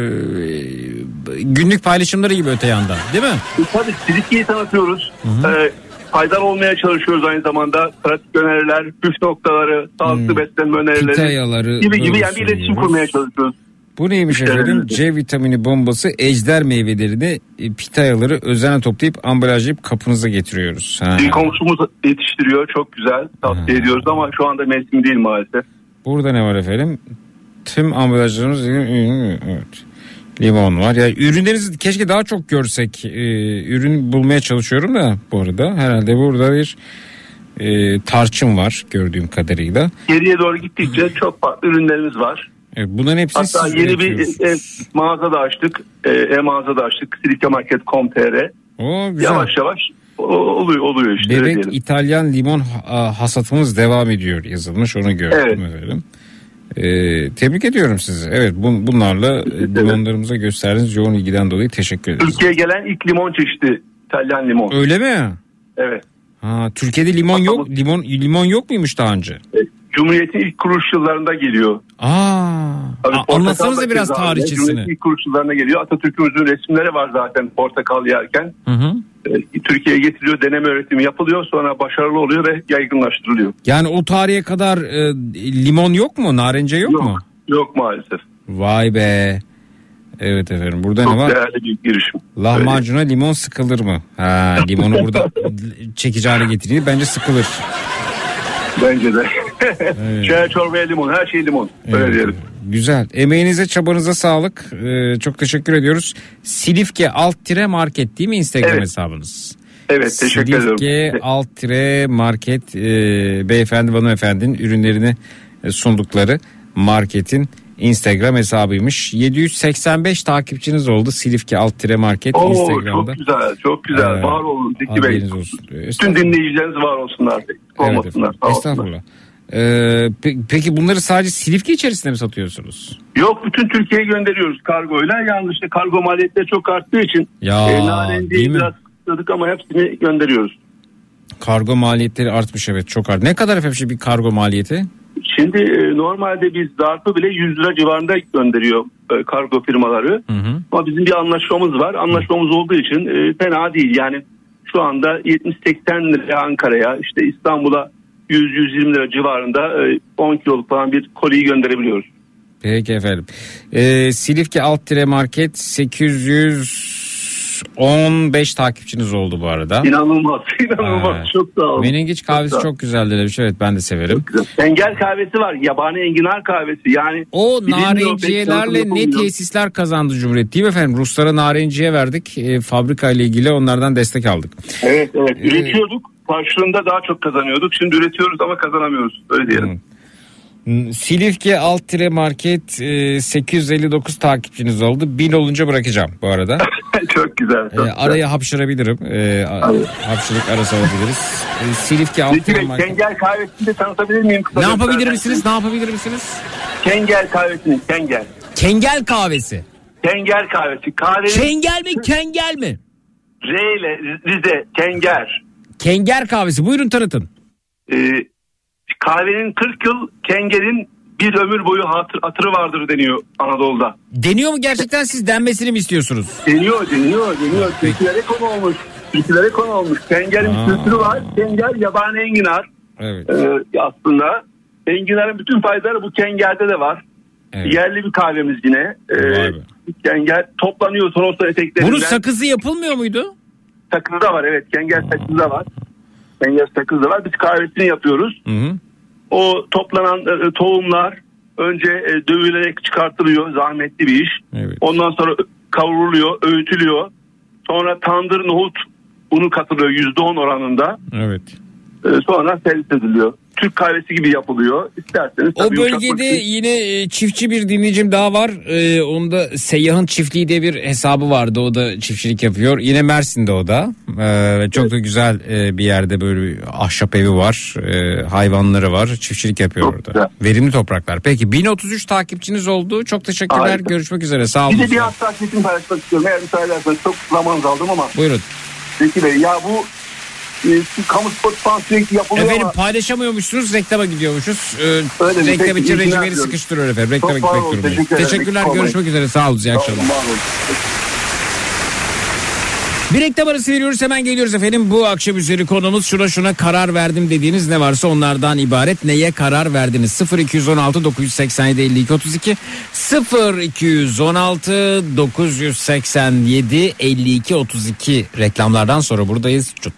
günlük paylaşımları gibi öte yandan değil mi? E, tabii Silifke'yi tanıtıyoruz. Ee, faydalı olmaya çalışıyoruz aynı zamanda. Pratik öneriler, püf noktaları, sağlıklı Hmm. beslenme önerileri Pita yaları gibi gibi böyle yani bir iletişim sunuyoruz. kurmaya çalışıyoruz. Bu neymiş İşte efendim? öyle. C vitamini bombası, ejder meyvelerini, e, pitayaları özenle toplayıp ambalajlayıp kapınıza getiriyoruz. Ha. Bir komşumuz yetiştiriyor, çok güzel, tavsiye Ha. ediyoruz ama şu anda mevsim değil maalesef. Burada ne var efendim? Tüm ambalajlarımız, evet. Limon var. Yani ürünlerinizi keşke daha çok görsek. Ee, ürün bulmaya çalışıyorum da bu arada. Herhalde burada bir e, tarçın var gördüğüm kadarıyla. Geriye doğru gittikçe çok farklı ürünlerimiz var. Evet, bunların hepsini Hatta siz yeni bir üretiyorsunuz. ev mağaza da açtık. E, e-mağaza da açtık. silifkemarket nokta com nokta tr. Oo, güzel. Yavaş yavaş o- oluyor oluyor işte. öyle Bebek diyelim. İtalyan limon ha- hasatımız devam ediyor yazılmış, onu gördüm Evet. efendim. Ee, tebrik ediyorum sizi. Evet, bun, bunlarla e, limonlarımıza gösterdiğiniz yoğun ilgiden dolayı teşekkür ederiz. Türkiye'ye gelen ilk limon çeşidi İtalyan limon. Öyle mi? Evet. Ha, Türkiye'de limon yok. Limon limon yok muymuş daha önce? Evet. Cumhuriyet'in ilk kuruluş yıllarında geliyor. Aa, Tabii, anlatsanıza biraz tarihçesini. Cumhuriyet'in ilk kuruluş yıllarına geliyor. Atatürk'ümüzün resimleri var zaten portakal yerken. Hı hı. Türkiye'ye getiriliyor, deneme öğretimi yapılıyor, sonra başarılı oluyor ve yaygınlaştırılıyor. Yani o tarihe kadar e, limon yok mu? Narenciye yok, yok mu? Yok maalesef. Vay be. Evet efendim, burada çok ne var? Çok değerli bir girişim. Lahmacuna öyle. Limon sıkılır mı? Ha, limonu burada çekici hale getireyim. Bence sıkılır. Bence de. Evet. Çay, çorbaya limon, her şey limon. Öyle evet. diyelim. Güzel. Emeğinize, çabanıza sağlık. Ee, çok teşekkür ediyoruz. Silifke alt tire market değil mi Instagram evet. hesabınız? Evet, teşekkür ederim. Silifke alt tire market e, beyefendi ve hanımefendinin ürünlerini sundukları marketin Instagram hesabıymış. yedi yüz seksen beş takipçiniz oldu Silifke alt tire market Oo, Instagram'da. Çok güzel, çok güzel. Ee, var olun Zeki Bey. Bütün dinleyicileriniz var olsunlar. Olmasınlar. Evet, estağfurullah. Ee, pe- peki bunları sadece Silifke içerisinde mi satıyorsunuz? Yok, bütün Türkiye'ye gönderiyoruz kargoyla. Yalnız işte kargo maliyetleri çok arttığı için ya, e, narenciyi biraz kısıtladık ama hepsini gönderiyoruz. Kargo maliyetleri artmış, evet, çok arttı. Ne kadar efendim bir kargo maliyeti? Şimdi e, normalde biz zarfı bile yüz lira civarında gönderiyor e, kargo firmaları. Hı hı. Ama bizim bir anlaşmamız var. Anlaşmamız olduğu için e, fena değil. Yani şu anda yetmiş seksen lira Ankara'ya, işte İstanbul'a yüz yüz yirmi lira civarında e, on kiloluk falan bir koliyi gönderebiliyoruz. Peki efendim. Ee, Silifke alt tire market sekiz yüz on beş takipçiniz oldu bu arada. İnanılmaz, inanılmaz. Aa, çok sağ olun. Menengiç kahvesi çok, çok güzel demiş. Evet, ben de severim. Engel kahvesi var. Yabani enginar kahvesi. Yani o narenciyelerle ne tesisler kazandı Cumhuriyet değil mi efendim? Ruslara narenciye verdik. E, fabrika ile ilgili onlardan destek aldık. Evet, evet. Üretiyorduk. Karşılığında daha çok kazanıyorduk. Şimdi üretiyoruz ama kazanamıyoruz. Öyle diyelim. Hmm. Silifke alt tire market e, sekiz yüz elli dokuz takipçiniz oldu. bin olunca bırakacağım bu arada. Çok güzel. Çok e, araya hapşırabilirim. E, hapşırık arası alabiliriz. E, Silifke alt tire market. Kengel kahvesini de tanıtabilir miyim? Ne yapabilir misiniz? Ne yapabilir misiniz? Kengel kahvesini. Kengel. Kengel kahvesi. Kengel kahvesi. Kahvenin... Kengel mi? Kengel mi? R ile Rize. Kenger. Kenger kahvesi. Buyurun tanıtın. Eee kahvenin kırk yıl, kengerin bir ömür boyu hatır, hatırı vardır deniyor Anadolu'da. Deniyor mu gerçekten, siz denmesini mi istiyorsunuz? Deniyor, deniyor, deniyor. Türkülere konu olmuş. Türkülere konu olmuş. Kengerin bir kültürü var. Kenger yabani enginar. Evet. Ee, aslında enginarın bütün faydaları bu kengerde de var. Evet. Yerli bir kahvemiz yine. Ee, kenger toplanıyor Toroslar eteklerinden. Bunun sakızı yapılmıyor muydu? Sakızı da var, evet. Kenger sakızı da var. Kenger sakızı da var. Biz kahvesini yapıyoruz. Hı hı. O toplanan e, tohumlar önce e, dövülerek çıkartılıyor. Zahmetli bir iş. Evet. Ondan sonra kavruluyor, öğütülüyor. Sonra tandır nohut unu katılıyor yüzde on oranında. Evet. E, sonra servis ediliyor. Türk kahvesi gibi yapılıyor. İsterseniz. O bölgede yine çiftçi bir dinleyicim daha var. Ee, onda Seyyah'ın Çiftliği diye bir hesabı vardı. O da çiftçilik yapıyor. Yine Mersin'de o da. Ee, çok evet. da güzel e, bir yerde, böyle bir ahşap evi var. E, hayvanları var. Çiftçilik yapıyor çok orada. Güzel. Verimli topraklar. Peki bin otuz üç takipçiniz oldu. Çok teşekkürler. Harika. Görüşmek üzere. Sağ olun. Bir de bir hassasiyetimi paylaşmak istiyorum. Eğer müsaade ederseniz, çok zamanınız aldım ama. Buyurun. Zeki Bey, ya bu E, kamu spot falan sürekli yapılıyor. Efendim ama... paylaşamıyormuşsunuz, reklama gidiyormuşuz. Ee, reklam için rejimleri sıkıştırıyor efendim. Reklama gitmek durumundayız. Teşekkür Teşekkürler, görüşmek üzere, sağ olun, iyi akşamlar. Bir reklam arası veriyoruz, hemen geliyoruz efendim. Bu akşam üzeri konumuz şuna şuna karar verdim dediğiniz ne varsa onlardan ibaret. Neye karar verdiniz? sıfır iki on altı dokuz seksen yedi elli iki otuz iki sıfır iki on altı dokuz seksen yedi elli iki otuz iki reklamlardan sonra buradayız. Çut.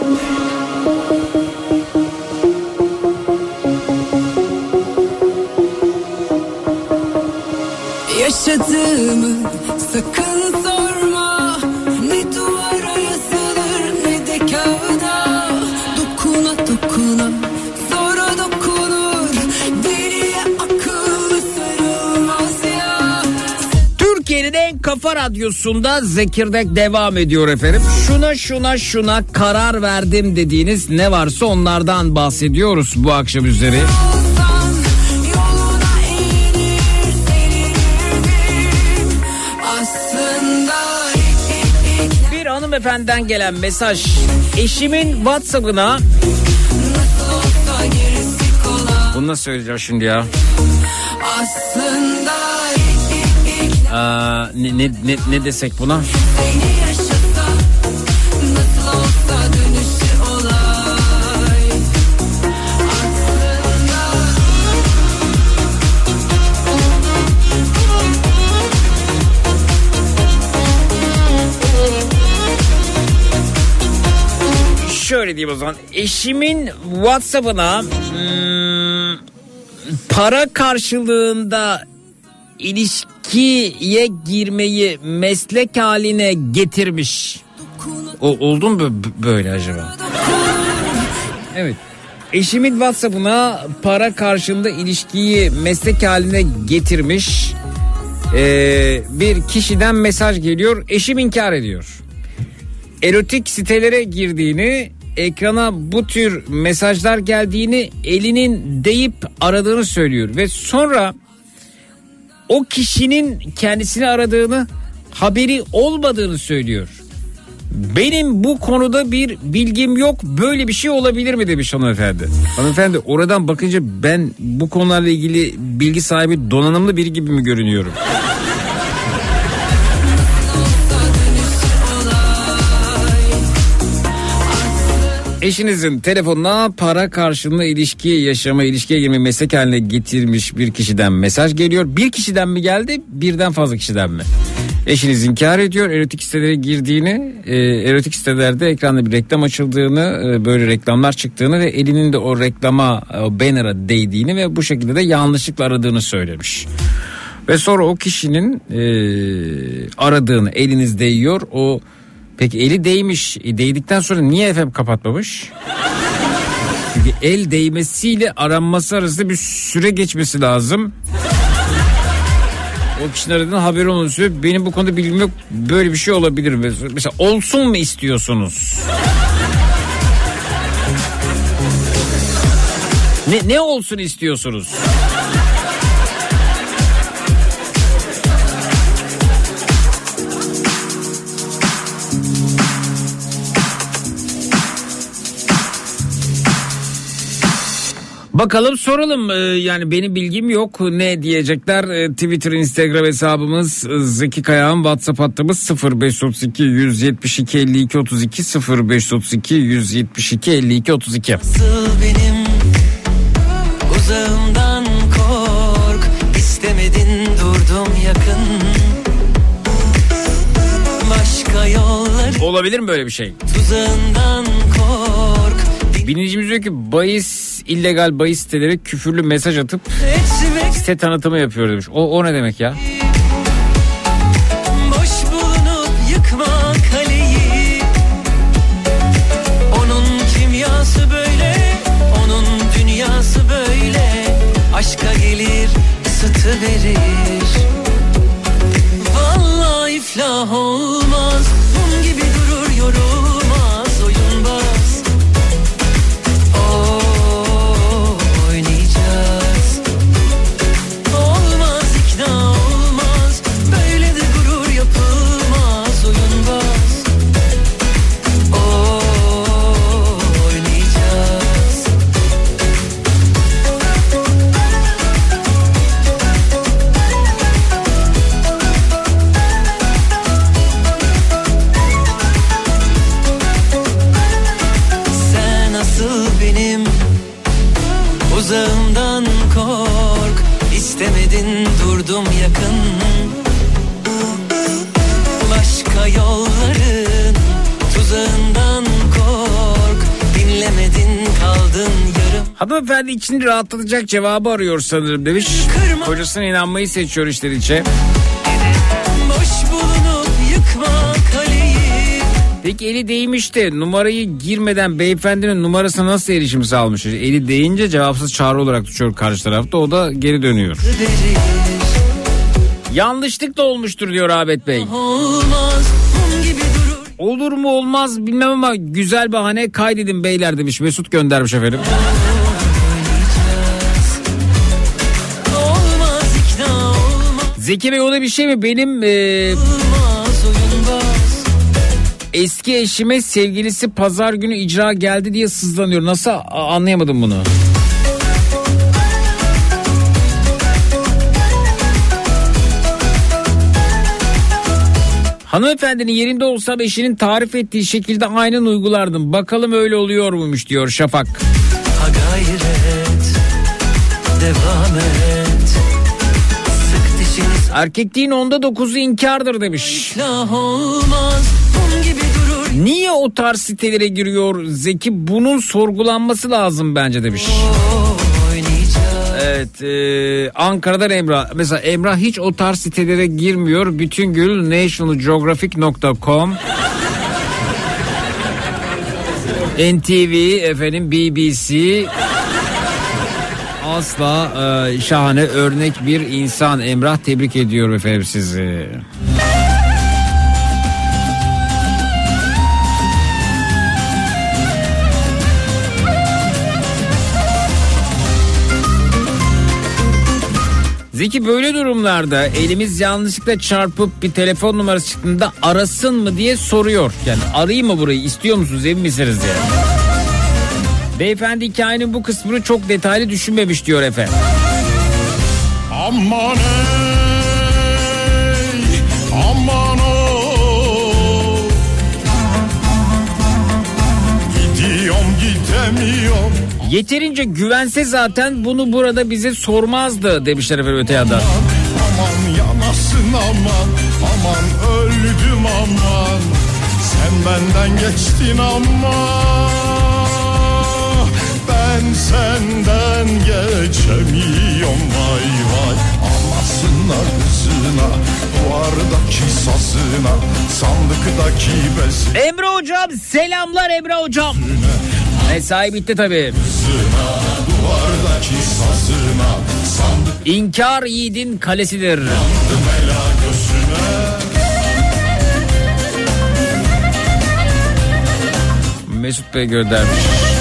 Yaşadığımı sakın sorma, ne duvara yazılır ne de kağıda. Dokuna dokuna sonra dokunur, deliye akıllı sarılmaz ya. Türkiye'nin en kafa radyosunda Zekirdek devam ediyor efendim. Şuna şuna şuna karar verdim dediğiniz ne varsa onlardan bahsediyoruz bu akşam üzeri. hanımefendiden gelen mesaj. Eşimin WhatsApp'ına... Bunu nasıl söyleyeceğim şimdi ya? Aslında Aa, ne, ne, ne, ne desek buna? Şöyle diyeyim o zaman. Eşimin WhatsApp'ına hmm, para karşılığında ilişkiye girmeyi meslek haline getirmiş. O, oldu mu böyle acaba? Evet. Eşimin WhatsApp'ına para karşılığında ilişkiyi meslek haline getirmiş ee, bir kişiden mesaj geliyor. Eşim inkar ediyor. Erotik sitelere girdiğini, ekrana bu tür mesajlar geldiğini, elinin deyip aradığını söylüyor ve sonra o kişinin kendisini aradığını, haberi olmadığını söylüyor. Benim bu konuda bir bilgim yok, böyle bir şey olabilir mi demiş hanımefendi. Hanımefendi, oradan bakınca ben bu konularla ilgili bilgi sahibi, donanımlı biri gibi mi görünüyorum? Eşinizin telefonuna para karşılığında ilişki yaşama, ilişkiye girme meslek haline getirmiş bir kişiden mesaj geliyor. Bir kişiden mi geldi, birden fazla kişiden mi? Eşiniz inkar ediyor erotik sitelere girdiğini, e, erotik sitelerde ekranda bir reklam açıldığını, e, böyle reklamlar çıktığını ve elinin de o reklama, o banner'a değdiğini ve bu şekilde de yanlışlıkla aradığını söylemiş. Ve sonra o kişinin e, aradığını, eliniz değiyor, o peki eli değmiş, e, değdikten sonra niye efendim kapatmamış? Çünkü el değmesiyle aranması arasında bir süre geçmesi lazım. O kişinin aradığının haberi olması, benim bu konuda bilgim yok, böyle bir şey olabilir mi? Mesela olsun mu istiyorsunuz? Ne, ne olsun istiyorsunuz? Bakalım, soralım. Ee, yani benim bilgim yok, ne diyecekler? Ee, Twitter, Instagram hesabımız Zeki Kayağan, WhatsApp hattımız sıfır beş otuz iki yüz yetmiş iki elli iki otuz iki sıfır beş otuz iki yüz yetmiş iki elli iki otuz iki. Nasıl benim uzağımdan kork, istemedin durdum yakın, başka yollar. Olabilir mi böyle bir şey? Tuzağından kork. Dinleyicimiz diyor ki bahis, illegal bahis siteleri küfürlü mesaj atıp site tanıtımı yapıyor demiş. O, o ne demek ya? Boş bulunup yıkma kaleyi. Onun kimyası böyle, onun dünyası böyle. Aşka gelir, ısıtıverir. Vallahi iflah olmaz. Mum gibi durur, yorulmaz, oyunbaz. Uzağımdan kork, istemedin durdum yakın, başka yolların tuzağından kork, dinlemedin kaldın yarım. Hanımefendi içini rahatlatacak cevabı arıyor sanırım demiş. Kırma. Kocasına inanmayı seçiyor işler içe. Boş bulunup yıkma kaleyi. Peki eli değmiş de numarayı girmeden beyefendinin numarasına nasıl erişim sağlamış? Eli değince cevapsız çağrı olarak düşüyor karşı tarafta, o da geri dönüyor. Yanlışlık da olmuştur diyor Ahmet Bey. Olmaz, gibi durur. Olur mu olmaz bilmem ama güzel bahane kaydedin beyler demiş. Mesut göndermiş efendim. Olmaz, ikna olmaz. Zeki Bey, o da bir şey mi? Benim e, Eski eşime sevgilisi pazar günü icra geldi diye sızlanıyor. Nasıl A- anlayamadım bunu. Hanımefendinin yerinde olsam eşinin tarif ettiği şekilde aynen uygulardım. Bakalım öyle oluyor muymuş diyor Şafak. Ha gayret, devam et. Sık dişini Erkekliğin onda dokuzu inkardır demiş. silah olmaz, mum gibi durur. Niye o tarz sitelere giriyor Zeki? Bunun sorgulanması lazım bence demiş. Oynayacağım. Evet, e, Ankara'dan Emrah. Mesela Emrah hiç o tarz sitelere girmiyor. Bütün gün national geographic nokta com N T V, efendim B B C. Asla e, şahane örnek bir insan Emrah, tebrik ediyorum efendim sizi. Zeki, böyle durumlarda elimiz yanlışlıkla çarpıp bir telefon numarası çıktığında arasın mı diye soruyor. Yani arayayım mı burayı, istiyor musunuz, emin misiniz diye. Beyefendi hikayenin bu kısmını çok detaylı düşünmemiş diyor efendim. Aman ey, aman o. Gidiyorum gidemiyorum. Yeterince güvense zaten bunu burada bize sormazdı demişler efendim öte yandan. Aman yanasın aman, aman öldüm aman. Sen benden geçtin ama ben senden geçemiyorum vay vay. Anasına kızına, duvardaki sazına, sandıktaki bezine. Emre hocam selamlar Emre hocam. Mesai bitti tabii. Duvardaki sazına, sandık İnkar yiğidin kalesidir. mela gözüne. Mesut Bey göndermiş.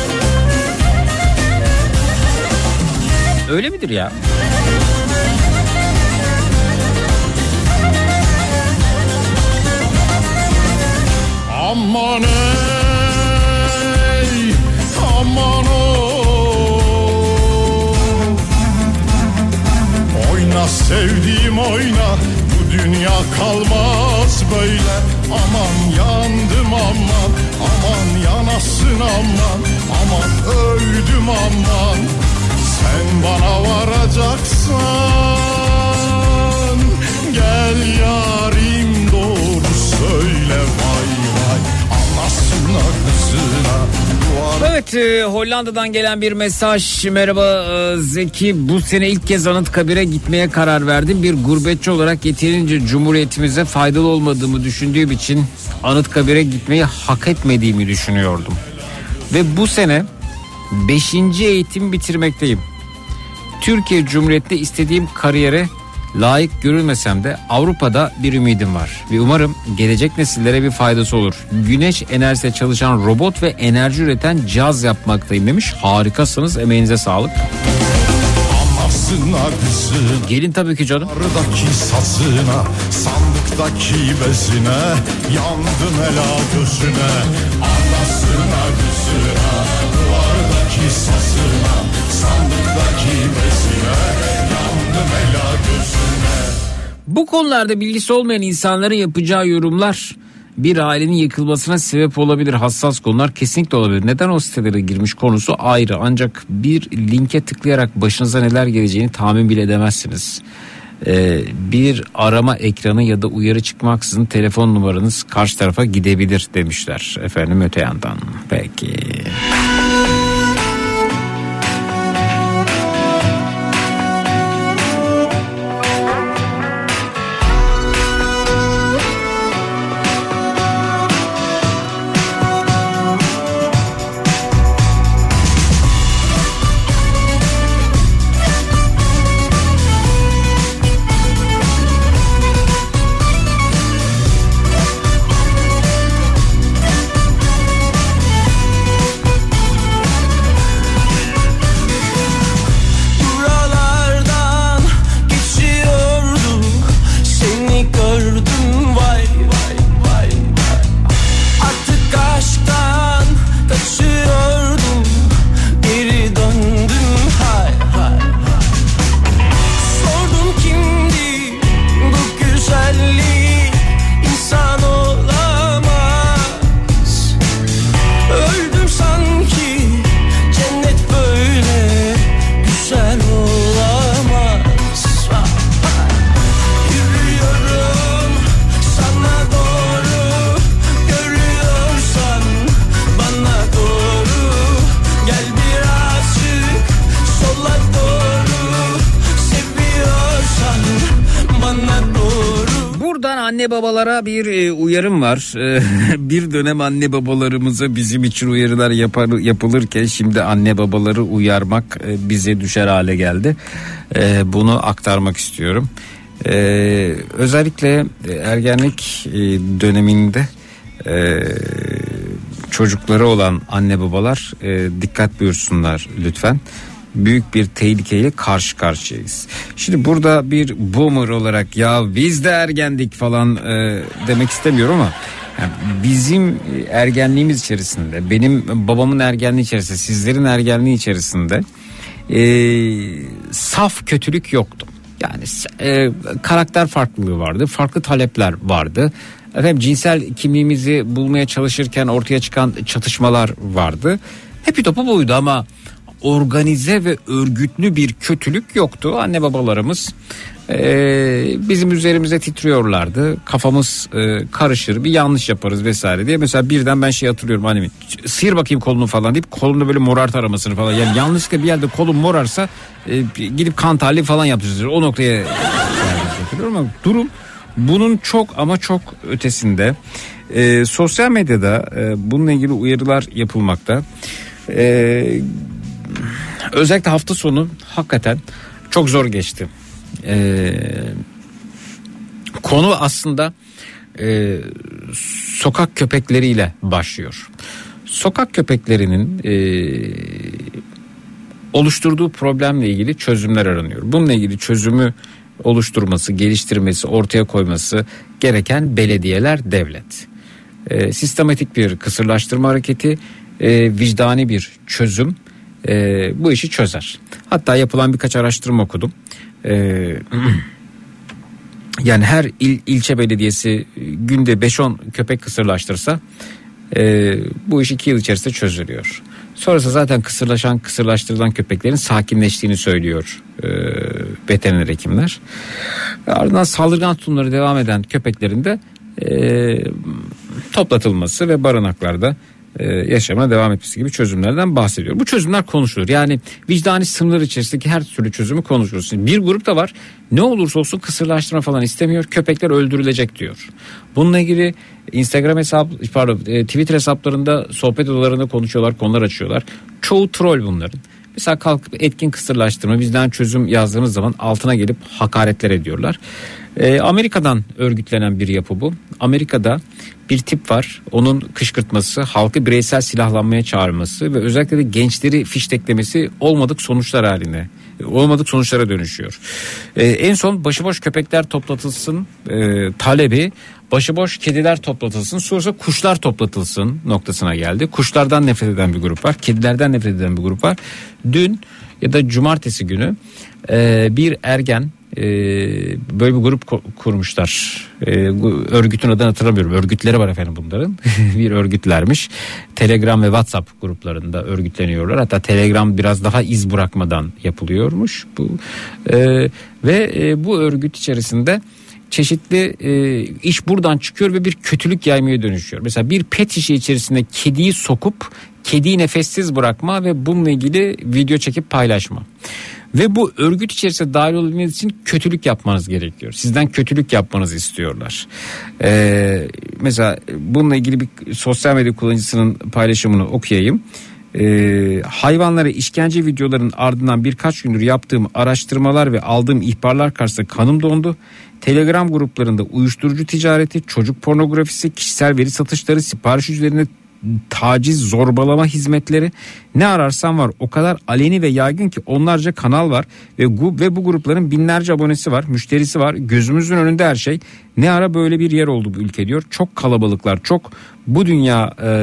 Öyle midir ya? Aman ey, aman o. Oyna sevdiğim oyna, bu dünya kalmaz böyle. Aman yandım aman, aman yanasın aman, aman öldüm aman. Sen bana varacaksan gel yarim, doğru söyle vay vay. Anasına kızına duvar. Evet, e, Hollanda'dan gelen bir mesaj. Merhaba e, Zeki, bu sene ilk kez Anıtkabir'e gitmeye karar verdim. Bir gurbetçi olarak yeterince Cumhuriyetimize faydalı olmadığımı düşündüğüm için Anıtkabir'e gitmeyi hak etmediğimi düşünüyordum. Ve bu sene beşinci eğitim bitirmekteyim. Türkiye Cumhuriyeti'nde istediğim kariyere layık görülmesem de Avrupa'da bir ümidim var. Ve umarım gelecek nesillere bir faydası olur. Güneş enerjisiyle çalışan robot ve enerji üreten cihaz yapmaktayım demiş. Harikasınız, emeğinize sağlık. Anasına kızına, Gelin tabii ki canım. duvardaki sazına, sandıktaki bezine, yandım ela gözüne. Anasına kızına, duvardaki sazına, sandıktaki bezine, yandım ela gözüne. Bu konularda bilgisi olmayan insanların yapacağı yorumlar bir ailenin yıkılmasına sebep olabilir. Hassas konular kesinlikle olabilir. Neden o sitelere girmiş konusu ayrı. Ancak bir linke tıklayarak başınıza neler geleceğini tahmin bile edemezsiniz. Ee, bir arama ekranı ya da uyarı çıkmaksızın telefon numaranız karşı tarafa gidebilir demişler efendim öte yandan. Peki. anne babalara bir e, uyarım var. E, bir dönem anne babalarımıza bizim için uyarılar yapar, yapılırken şimdi anne babaları uyarmak e, bize düşer hale geldi. E, bunu aktarmak istiyorum. E, özellikle ergenlik e, döneminde e, çocukları olan anne babalar e, dikkat buyursunlar lütfen. Büyük bir tehlikeyle karşı karşıyayız. Şimdi burada bir boomer olarak ya biz de ergendik falan e, demek istemiyorum ama yani bizim ergenliğimiz içerisinde, benim babamın ergenliği içerisinde, sizlerin ergenliği içerisinde e, saf kötülük yoktu. Yani e, karakter farklılığı vardı, farklı talepler vardı. Efendim cinsel kimliğimizi bulmaya çalışırken ortaya çıkan çatışmalar vardı. Hepi topu buydu ama organize ve örgütlü bir kötülük yoktu. Anne babalarımız e, bizim üzerimize titriyorlardı. Kafamız e, karışır, bir yanlış yaparız vesaire diye. Mesela birden ben şey hatırlıyorum, annemin sıyır bakayım kolunu falan deyip kolunda böyle morart aramasını falan. Yani yanlışlıkla bir yerde kolum morarsa e, gidip kan tahlili falan yaptırır. O noktaya yani hatırlıyorum ama durum bunun çok ama çok ötesinde. E, sosyal medyada e, bununla ilgili uyarılar yapılmakta. Eee Özellikle hafta sonu hakikaten çok zor geçti. Ee, konu aslında e, sokak köpekleriyle başlıyor. Sokak köpeklerinin e, oluşturduğu problemle ilgili çözümler aranıyor. Bununla ilgili çözümü oluşturması, geliştirmesi, ortaya koyması gereken belediyeler, devlet. E, sistematik bir kısırlaştırma hareketi, e, vicdani bir çözüm. Ee, bu işi çözer. Hatta yapılan birkaç araştırma okudum. Ee, yani her il, ilçe belediyesi günde beş on köpek kısırlaştırsa e, bu iş iki yıl içerisinde çözülüyor. Sonrası zaten kısırlaşan, kısırlaştırılan köpeklerin sakinleştiğini söylüyor e, veteriner hekimler. Ardından saldırgan tutumları devam eden köpeklerin de e, toplatılması ve barınaklarda yaşamına devam etmesi gibi çözümlerden bahsediyor. Bu çözümler konuşulur. Yani vicdani sınırlar içerisindeki her türlü çözümü konuşulur. Bir grup da var. Ne olursa olsun kısırlaştırma falan istemiyor. Köpekler öldürülecek diyor. Bununla ilgili Instagram hesap, pardon, Twitter hesaplarında, sohbet odalarında konuşuyorlar, konular açıyorlar. Çoğu troll bunların. Mesela kalkıp etkin kısırlaştırma, bizden çözüm yazdığınız zaman altına gelip hakaretler ediyorlar. Ee, Amerika'dan örgütlenen bir yapı bu. Amerika'da bir tip var. Onun kışkırtması, halkı bireysel silahlanmaya çağırması ve özellikle de gençleri fişteklemesi olmadık sonuçlar haline, olmadık sonuçlara dönüşüyor. Ee, en son başıboş köpekler toplatılsın e, talebi, başıboş kediler toplatılsın, sonrasında kuşlar toplatılsın noktasına geldi. Kuşlardan nefret eden bir grup var, kedilerden nefret eden bir grup var. Dün ya da cumartesi günü e, bir ergen e, böyle bir grup kurmuşlar. E, örgütün adını hatırlamıyorum. Örgütleri var efendim bunların. Bir örgütlermiş. Telegram ve WhatsApp gruplarında örgütleniyorlar. Hatta Telegram biraz daha iz bırakmadan yapılıyormuş bu. E, ve e, bu örgüt içerisinde çeşitli e, iş buradan çıkıyor ve bir kötülük yaymaya dönüşüyor. Mesela bir pet şişe içerisinde kediyi sokup kediyi nefessiz bırakma ve bununla ilgili video çekip paylaşma. Ve bu örgüt içerisinde dahil olabilmeniz için kötülük yapmanız gerekiyor. Sizden kötülük yapmanızı istiyorlar. Ee, mesela bununla ilgili bir sosyal medya kullanıcısının paylaşımını okuyayım. Ee, hayvanlara işkence videolarının ardından birkaç gündür yaptığım araştırmalar ve aldığım ihbarlar karşısında kanım dondu. Telegram gruplarında uyuşturucu ticareti, çocuk pornografisi, kişisel veri satışları, sipariş üzerine taciz, zorbalama hizmetleri, ne ararsan var. O kadar aleni ve yaygın ki onlarca kanal var ve bu, ve bu grupların binlerce abonesi var, müşterisi var. Gözümüzün önünde her şey. Ne ara böyle bir yer oldu bu ülke diyor. Çok kalabalıklar, çok bu dünya e,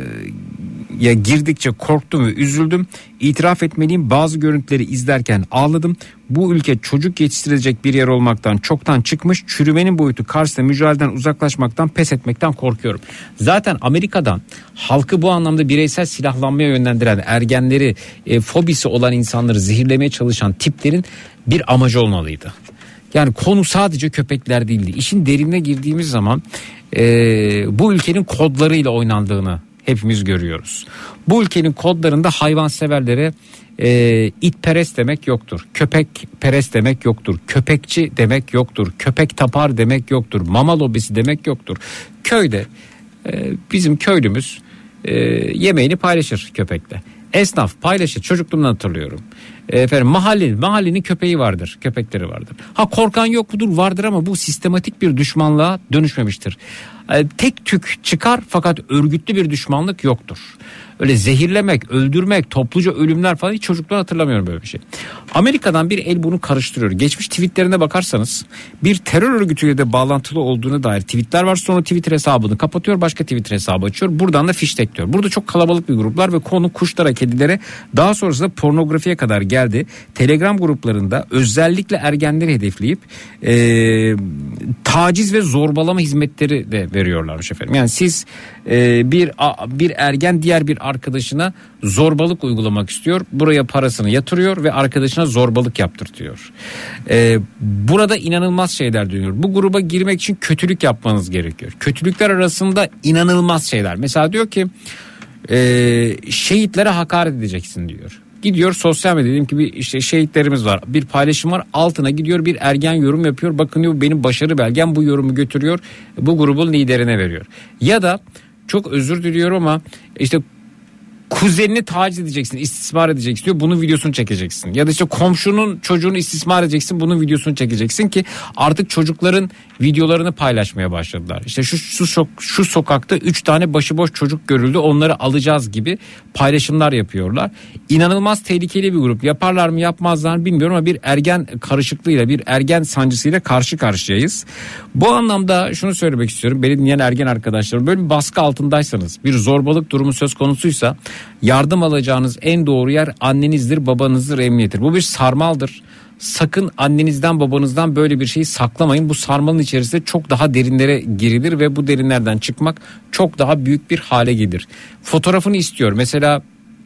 ya girdikçe korktum ve üzüldüm. İtiraf etmeliyim, bazı görüntüleri izlerken ağladım. Bu ülke çocuk yetiştirecek bir yer olmaktan çoktan çıkmış. Çürümenin boyutu karşısında mücadeleden uzaklaşmaktan, pes etmekten korkuyorum. Zaten Amerika'dan halkı bu anlamda bireysel silahlanmaya yönlendiren, ergenleri, e, fobisi olan insanları zehirlemeye çalışan tiplerin bir amacı olmalıydı. Yani konu sadece köpekler değildi. İşin derinine girdiğimiz zaman e, bu ülkenin kodlarıyla oynandığını hepimiz görüyoruz. Bu ülkenin kodlarında hayvanseverlere e, itperest demek yoktur. Köpekperest demek yoktur. Köpekçi demek yoktur. Köpek tapar demek yoktur. Mama lobisi demek yoktur. Köyde e, bizim köylümüz e, yemeğini paylaşır köpekle. Esnaf paylaşır. Çocukluğumdan hatırlıyorum. E, efendim mahallenin, mahallenin köpeği vardır. Köpekleri vardır. Ha korkan yok mudur? Vardır ama bu sistematik bir düşmanlığa dönüşmemiştir. E, tek tük çıkar fakat örgütlü bir düşmanlık yoktur. Öyle zehirlemek, öldürmek, topluca ölümler falan hiç çocukluğumdan hatırlamıyorum böyle bir şey. Amerika'dan bir el bunu karıştırıyor. Geçmiş tweetlerine bakarsanız bir terör örgütüyle de bağlantılı olduğuna dair tweetler var. Sonra Twitter hesabını kapatıyor, başka Twitter hesabı açıyor. Buradan da fiştekliyor. Burada çok kalabalık bir gruplar ve konu kuşlara, kedilere, daha sonrasında pornografiye kadar geldi. Telegram gruplarında özellikle ergenleri hedefleyip e, taciz ve zorbalama hizmetleri de veriyorlarmış efendim. Yani siz e, bir bir ergen diğer bir arkadaşına zorbalık uygulamak istiyor. Buraya parasını yatırıyor ve arkadaşına zorbalık yaptırtıyor. Ee, burada inanılmaz şeyler dönüyor. Bu gruba girmek için kötülük yapmanız gerekiyor. Kötülükler arasında inanılmaz şeyler. Mesela diyor ki e, şehitlere hakaret edeceksin diyor. Gidiyor sosyal medyada, diyelim ki bir işte şehitlerimiz var. Bir paylaşım var, altına gidiyor bir ergen yorum yapıyor. Bakın diyor benim başarı belgem, bu yorumu götürüyor. Bu grubun liderine veriyor. Ya da çok özür diliyorum ama işte kuzenini taciz edeceksin, istismar edeceksin diyor. Bunun videosunu çekeceksin. Ya da işte komşunun çocuğunu istismar edeceksin. Bunun videosunu çekeceksin ki artık çocukların videolarını paylaşmaya başladılar. İşte şu şu, şu sokakta üç tane başıboş çocuk görüldü. Onları alacağız gibi paylaşımlar yapıyorlar. İnanılmaz tehlikeli bir grup. Yaparlar mı yapmazlar mı bilmiyorum ama bir ergen karışıklığıyla, bir ergen sancısıyla karşı karşıyayız. Bu anlamda şunu söylemek istiyorum. Beni dinleyen ergen arkadaşlarım, böyle bir baskı altındaysanız, bir zorbalık durumu söz konusuysa yardım alacağınız en doğru yer annenizdir, babanızdır, emniyettir. Bu bir sarmaldır. Sakın annenizden, babanızdan böyle bir şeyi saklamayın. Bu sarmalın içerisinde çok daha derinlere girilir ve bu derinlerden çıkmak çok daha büyük bir hale gelir. Fotoğrafını istiyor. Mesela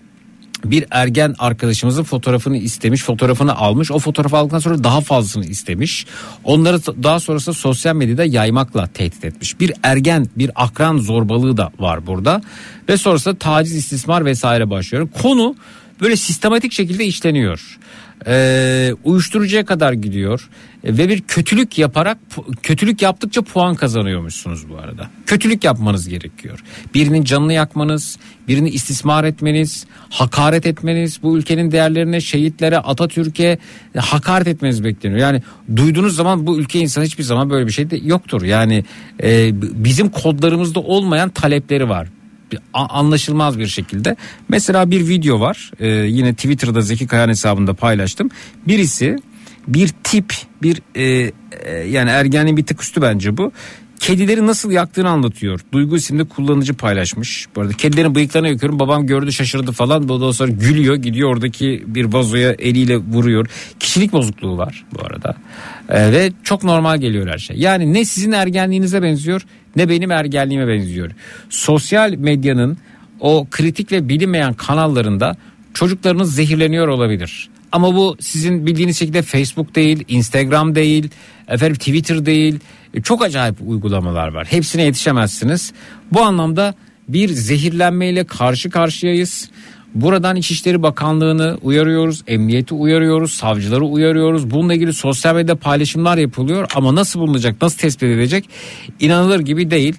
bir ergen arkadaşımızın fotoğrafını istemiş, fotoğrafını almış. O fotoğrafı aldıktan sonra daha fazlasını istemiş. Onları daha sonrasında sosyal medyada yaymakla tehdit etmiş. Bir ergen, bir akran zorbalığı da var burada. Ve sonrasında taciz, istismar vesaire başlıyor. Konu böyle sistematik şekilde işleniyor. Ee, uyuşturucuya kadar gidiyor ee, ve bir kötülük yaparak, kötülük yaptıkça puan kazanıyormuşsunuz bu arada. Kötülük yapmanız gerekiyor. Birinin canını yakmanız, birini istismar etmeniz, hakaret etmeniz, bu ülkenin değerlerine, şehitlere, Atatürk'e hakaret etmeniz bekleniyor. Yani duyduğunuz zaman bu ülke insanı hiçbir zaman böyle bir şey de yoktur. Yani e, bizim kodlarımızda olmayan talepleri var. Anlaşılmaz bir şekilde. Mesela bir video var. Ee, yine Twitter'da Zeki Kayan hesabında paylaştım. Birisi bir tip, bir e, e, yani ergenliğin bir tık üstü bence bu. Kedileri nasıl yaktığını anlatıyor. Duygu isimli kullanıcı paylaşmış. Bu arada kedilerin bıyıklarına yakıyorum. Babam gördü, şaşırdı falan. Ondan sonra gülüyor. Gidiyor oradaki bir vazoya eliyle vuruyor. Kişilik bozukluğu var bu arada. Ee, ve çok normal geliyor her şey. Yani ne sizin ergenliğinize benziyor, ne benim ergenliğime benziyor. Sosyal medyanın o kritik ve bilinmeyen kanallarında çocuklarınız zehirleniyor olabilir. Ama bu sizin bildiğiniz şekilde Facebook değil, Instagram değil, efendim Twitter değil. Çok acayip uygulamalar var. Hepsine yetişemezsiniz. Bu anlamda bir zehirlenmeyle karşı karşıyayız. Buradan İçişleri Bakanlığı'nı uyarıyoruz, emniyeti uyarıyoruz, savcıları uyarıyoruz. Bununla ilgili sosyal medyada paylaşımlar yapılıyor ama nasıl bulunacak, nasıl tespit edilecek inanılır gibi değil.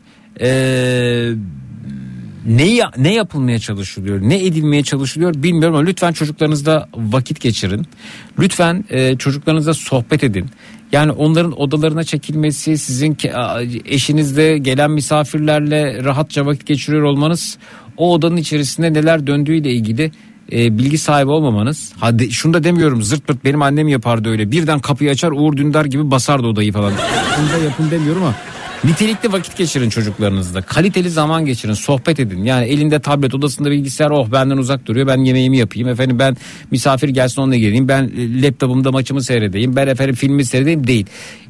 Ee, ne, ne yapılmaya çalışılıyor, ne edilmeye çalışılıyor bilmiyorum ama lütfen çocuklarınızla vakit geçirin. Lütfen e, çocuklarınızla sohbet edin. Yani onların odalarına çekilmesi, sizin eşinizle gelen misafirlerle rahatça vakit geçiriyor olmanız, o odanın içerisinde neler döndüğüyle ilgili e, bilgi sahibi olmamanız. Hadi şunu da demiyorum, zırt pırt benim annem yapardı öyle. Birden kapıyı açar, Uğur Dündar gibi basardı odayı falan. Bunu da yapın demiyorum ama nitelikli vakit geçirin çocuklarınızla. Kaliteli zaman geçirin, sohbet edin. Yani elinde tablet, odasında bilgisayar, oh benden uzak duruyor, ben yemeğimi yapayım. Efendim ben misafir gelsin onunla geleyim. Ben laptopumda maçımı seyredeyim. Ben efendim filmi seyredeyim değil.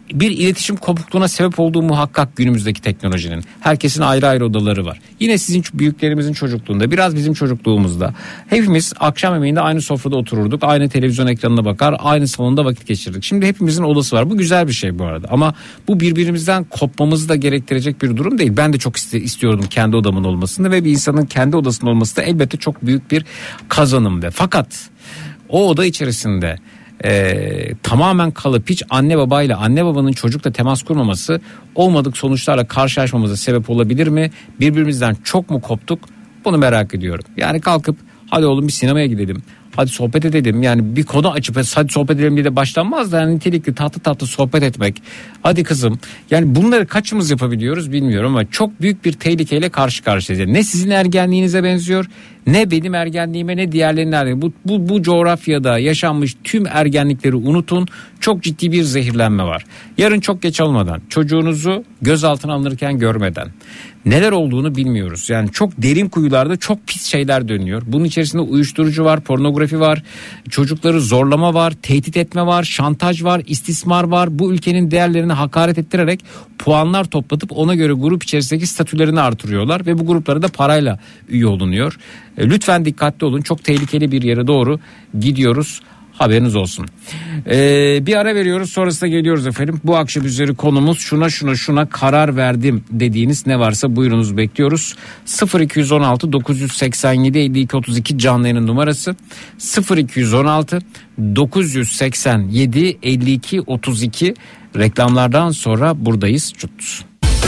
bir iletişim kopukluğuna sebep olduğu muhakkak günümüzdeki teknolojinin. Herkesin ayrı ayrı odaları var. Yine sizin büyüklerimizin çocukluğunda, biraz bizim çocukluğumuzda hepimiz akşam yemeğinde aynı sofrada otururduk. Aynı televizyon ekranına bakar, aynı salonda vakit geçirdik. Şimdi hepimizin odası var. Bu güzel bir şey bu arada. Ama bu birbirimizden kopmamızı da gerektirecek bir durum değil. Ben de çok iste- istiyordum kendi odamın olmasını ve bir insanın kendi odasının olması da elbette çok büyük bir kazanımdı. Fakat o oda içerisinde Ee, tamamen kalıp hiç anne babayla, anne babanın çocukla temas kurmaması olmadık sonuçlarla karşılaşmamıza sebep olabilir mi? Birbirimizden çok mu koptuk? Bunu merak ediyorum. Yani kalkıp hadi oğlum bir sinemaya gidelim, hadi sohbet edelim. Yani bir konu açıp hadi sohbet edelim diye de başlanmaz da yani nitelikli tatlı tatlı sohbet etmek. Hadi kızım. Yani bunları kaçımız yapabiliyoruz bilmiyorum ama çok büyük bir tehlikeyle karşı karşıyayız. Ne sizin ergenliğinize benziyor, ne benim ergenliğime, ne diğerlerinin ergenliğine. Bu, bu, bu coğrafyada yaşanmış tüm ergenlikleri unutun. Çok ciddi bir zehirlenme var. Yarın çok geç olmadan, çocuğunuzu gözaltına alınırken görmeden, neler olduğunu bilmiyoruz. Yani çok derin kuyularda çok pis şeyler dönüyor. Bunun içerisinde uyuşturucu var, pornografi var, çocukları zorlama var, tehdit etme var, şantaj var, istismar var. Bu ülkenin değerlerini hakaret ettirerek puanlar toplatıp ona göre grup içerisindeki statülerini artırıyorlar ve bu gruplara da parayla üye olunuyor. Lütfen dikkatli olun. Çok tehlikeli bir yere doğru gidiyoruz. Haberiniz olsun. Ee, bir ara veriyoruz, sonrasında geliyoruz efendim. Bu akşam üzeri konumuz şuna şuna şuna karar verdim dediğiniz ne varsa buyurunuz, bekliyoruz. sıfır iki on altı dokuz seksen yedi elli iki otuz iki canlı yayının numarası sıfır iki on altı dokuz seksen yedi elli iki otuz iki. Reklamlardan sonra buradayız. Çut.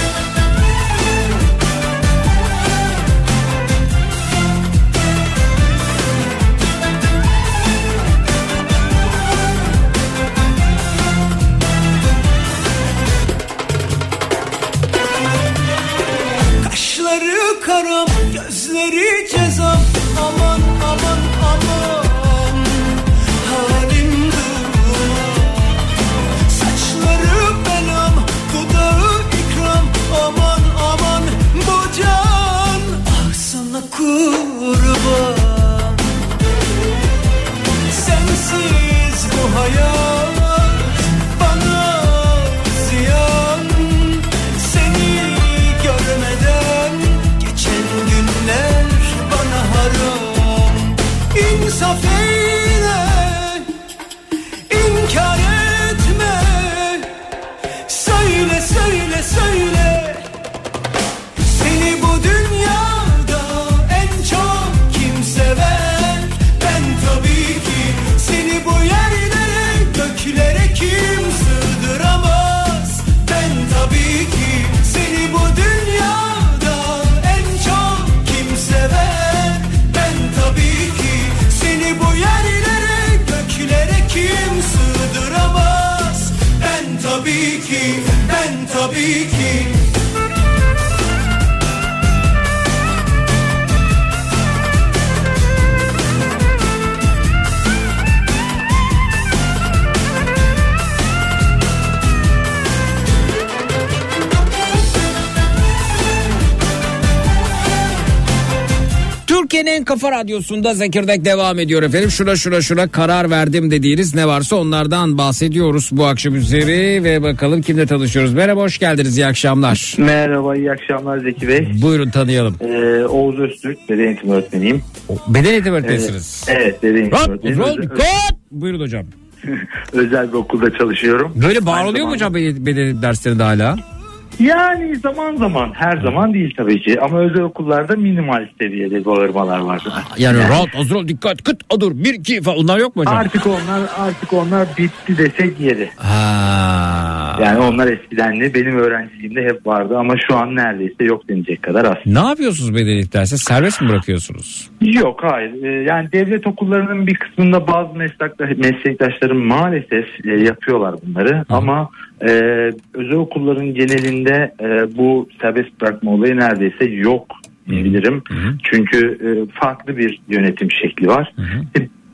Karam, gözleri cezam, aman aman aman, halim durma. Saçları belam, dudağı ikram, aman aman bu can, ah sana kurban. Sensiz bu hayat bana ziyan, seni görmeden günler bana haram. İnsaf eyle, inkar etme, söyle söyle söyle, seni bu dünyada en çok kim sever? Ben tabii ki. Seni bu yerlere göklere kim sığdıramaz? Ben tabii ki. Seni bu dünyada sever, ben tabii ki. Seni bu yerlere göklere kim sığdıramaz? Ben tabii ki, ben tabii ki. Türkiye'nin en kafa radyosunda Zekirdek devam ediyor efendim. Şuna şuna şuna karar verdim dediğiniz ne varsa onlardan bahsediyoruz bu akşam üzeri ve bakalım kimle tanışıyoruz. Merhaba, hoş geldiniz, iyi akşamlar. Merhaba, iyi akşamlar Zeki Bey. Buyurun, tanıyalım. Ee, Oğuz Öztürk, beden eğitimi öğretmeniyim. Beden eğitimi öğretmenisiniz. Evet, evet, beden eğitimi öğretmeniyim. Rol, dikkat! Buyurun hocam. Özel bir okulda çalışıyorum. Böyle bağırılıyor mu hocam beden derslerinde hala? Yani zaman zaman, her zaman değil tabii ki, ama özel okullarda minimal seviyede bağırmalar var. Yani, yani rahat, hazır ol, dikkat, kıt, adur, bir, iki falan, onlar yok mu hocam? Artık onlar artık onlar bitti desek yeri. Ha. Yani onlar eskiden de benim öğrenciliğimde hep vardı ama şu an neredeyse yok denecek kadar az. Ne yapıyorsunuz bedenik derse? Serbest mi bırakıyorsunuz? Yok, hayır. Yani devlet okullarının bir kısmında bazı meslektaşlarım maalesef yapıyorlar bunları. Hı. Ama e, özel okulların genelinde e, bu serbest bırakma olayı neredeyse yok diyebilirim. Hı hı. Çünkü e, farklı bir yönetim şekli var. Hı hı.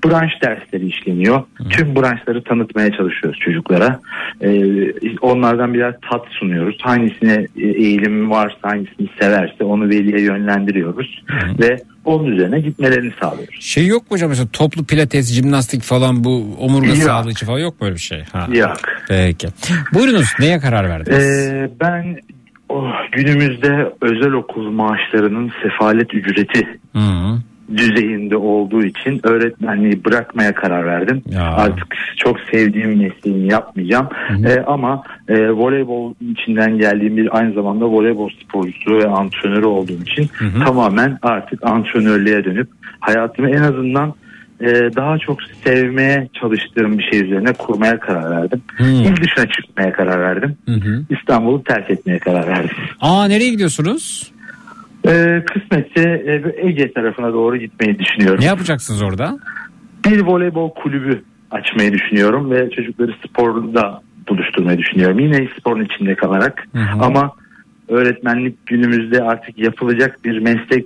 branş dersleri işleniyor. Hı. Tüm branşları tanıtmaya çalışıyoruz çocuklara. Ee, onlardan biraz tat sunuyoruz. Hangisine eğilim varsa, hangisini severse onu veliye yönlendiriyoruz. Hı. Ve onun üzerine gitmelerini sağlıyoruz. Şey yok mu hocam, mesela toplu pilates, jimnastik falan, bu omurga yok. Sağlığı için falan yok mu öyle bir şey? Ha. Yok. Peki. Buyurunuz, neye karar verdiniz? Ee, ben oh, günümüzde özel okul maaşlarının sefalet ücreti Hı-hı. düzeyinde olduğu için öğretmenliği bırakmaya karar verdim. Ya. Artık çok sevdiğim mesleğimi yapmayacağım. Ee, ama e, voleybol içinden geldiğim bir, aynı zamanda voleybol sporcusu ve antrenörü olduğum için Hı-hı. tamamen artık antrenörlüğe dönüp hayatımı en azından e, daha çok sevmeye çalıştığım bir şey üzerine kurmaya karar verdim. Hı. İl dışına çıkmaya karar verdim. Hı-hı. İstanbul'u terk etmeye karar verdim. Aa, nereye gidiyorsunuz? Ee, kısmetse e, Ege tarafına doğru gitmeyi düşünüyorum. Ne yapacaksınız orada? Bir voleybol kulübü açmayı düşünüyorum ve çocukları sporda buluşturmayı düşünüyorum. Yine sporun içinde kalarak. Hı hı. Ama öğretmenlik günümüzde artık yapılacak bir meslek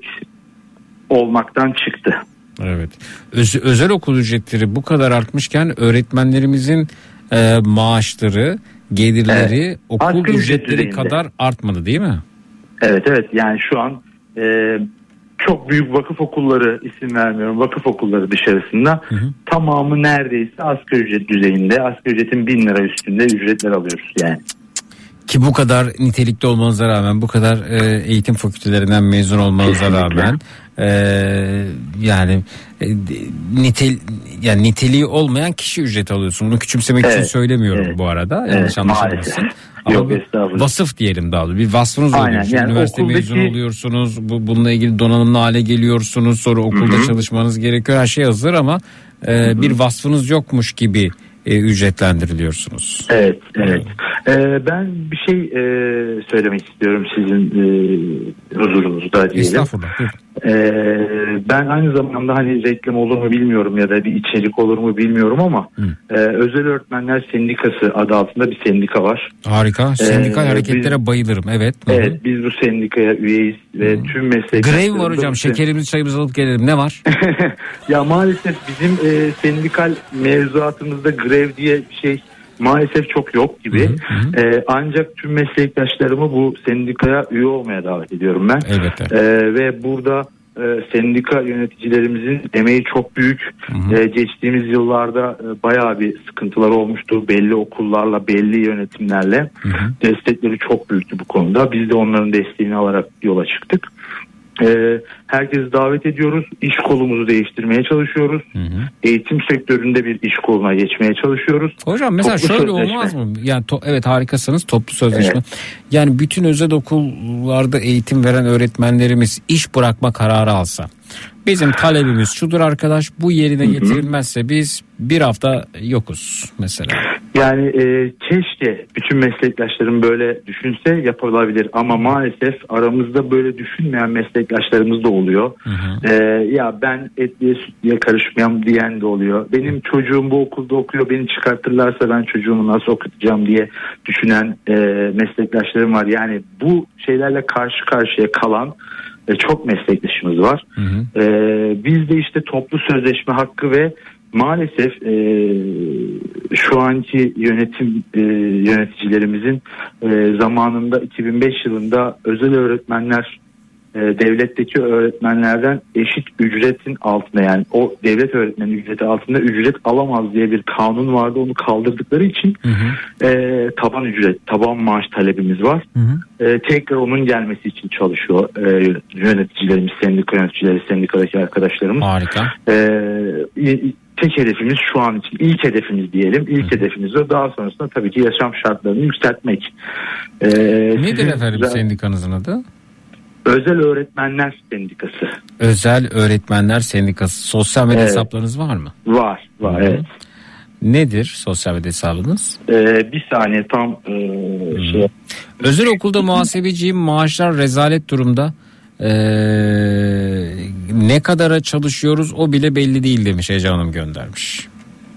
olmaktan çıktı. Evet. Öz, özel okul ücretleri bu kadar artmışken öğretmenlerimizin e, maaşları, gelirleri evet. okul Asgari ücretleri kadar artmadı değil mi? Evet evet, yani şu an e, çok büyük vakıf okulları, isim vermiyorum, vakıf okulları dışarısında hı hı. tamamı neredeyse asgari ücret düzeyinde, asgari ücretin bin lira üstünde ücretler alıyoruz yani. Ki bu kadar nitelikli olmanıza rağmen, bu kadar e, eğitim fakültelerinden mezun olmanıza Kesinlikle. rağmen e, yani e, nitel yani niteliği olmayan kişi ücret alıyorsun. Bunu küçümsemek evet. için söylemiyorum evet. bu arada. Evet. Yanlış anlaşılmasın. Yok, estağfurullah. Vasıf diyelim daha doğrusu. Bir vasfınız oluyor. Yani üniversite okuldaki... mezunu oluyorsunuz. Bu, bununla ilgili donanımlı hale geliyorsunuz. Sonra okulda Hı-hı. çalışmanız gerekiyor. Her şey hazır ama e, bir vasfınız yokmuş gibi e, ücretlendiriliyorsunuz. Evet, evet. Ee, ben bir şey e, söylemek istiyorum sizin e, huzurunuzda diyelim. Estağfurullah. Ee, ben aynı zamanda hani reklam olur mu bilmiyorum ya da bir içerik olur mu bilmiyorum ama e, Özel Öğretmenler Sendikası adı altında bir sendika var. Harika. Sendikal ee, hareketlere biz, bayılırım. Evet. Evet, Hı-hı. biz bu sendikaya üyeyiz ve Hı-hı. tüm meslektaşlarımız... Grev var hocam. Şekerimizi, çayımızı alıp gelelim. Ne var? Ya maalesef bizim e, sendikal mevzuatımızda grev diye bir şey maalesef çok yok gibi. Hı hı. Ee, ancak tüm meslektaşlarımı bu sendikaya üye olmaya davet ediyorum ben. Evet. Ee, ve burada e, sendika yöneticilerimizin emeği çok büyük. Hı hı. Ee, geçtiğimiz yıllarda e, bayağı bir sıkıntılar olmuştu. Belli okullarla, belli yönetimlerle. Hı hı. Destekleri çok büyüktü bu konuda. Biz de onların desteğini alarak yola çıktık. Ee, herkesi davet ediyoruz. İş kolumuzu değiştirmeye çalışıyoruz. Hı hı. Eğitim sektöründe bir iş koluna geçmeye çalışıyoruz. Hocam mesela toplu şöyle sözleşme. Olmaz mı? Yani to- evet harikasınız, toplu sözleşme. Evet. Yani bütün özel okullarda eğitim veren öğretmenlerimiz iş bırakma kararı alsa. Bizim talebimiz şudur arkadaş, bu yerine getirilmezse biz bir hafta yokuz mesela. Yani e, keşke bütün meslektaşlarım böyle düşünse yapılabilir ama maalesef aramızda böyle düşünmeyen meslektaşlarımız da oluyor. Hı hı. E, ya ben etliye sütliye karışmayayım diyen de oluyor. Benim çocuğum bu okulda okuyor, beni çıkartırlarsa ben çocuğumu nasıl okutacağım diye düşünen e, meslektaşlarım var. Yani bu şeylerle karşı karşıya kalan çok meslektaşımız var. Hı hı. Ee, biz de işte toplu sözleşme hakkı ve maalesef e, şu anki yönetim e, yöneticilerimizin e, zamanında iki bin beş yılında özel öğretmenler e, devletteki öğretmenlerden eşit ücretin altında, yani o devlet öğretmeni ücreti altında ücret alamaz diye bir kanun vardı. Onu kaldırdıkları için hı hı. E, taban ücret, taban maaş talebimiz var. Hı hı. E, tekrar onun gelmesi için çalışıyor e, yöneticilerimiz, sendika yöneticileri, sendikadaki arkadaşlarımız. Harika. E, tek hedefimiz şu an için, ilk hedefimiz diyelim, ilk Hı. hedefimiz o. Daha sonrasında tabii ki yaşam şartlarını yükseltmek. E, Nedir efendim da, sendikanızın adı? Özel Öğretmenler Sendikası. Özel Öğretmenler Sendikası. Sosyal medya evet. hesaplarınız var mı? Var, var evet. Nedir sosyal medya hesabınız? Ee, bir saniye tam e, şey. Özel okulda muhasebeciyim, maaşlar rezalet durumda. Ee, ne kadara çalışıyoruz o bile belli değil demiş, Ece Hanım göndermiş.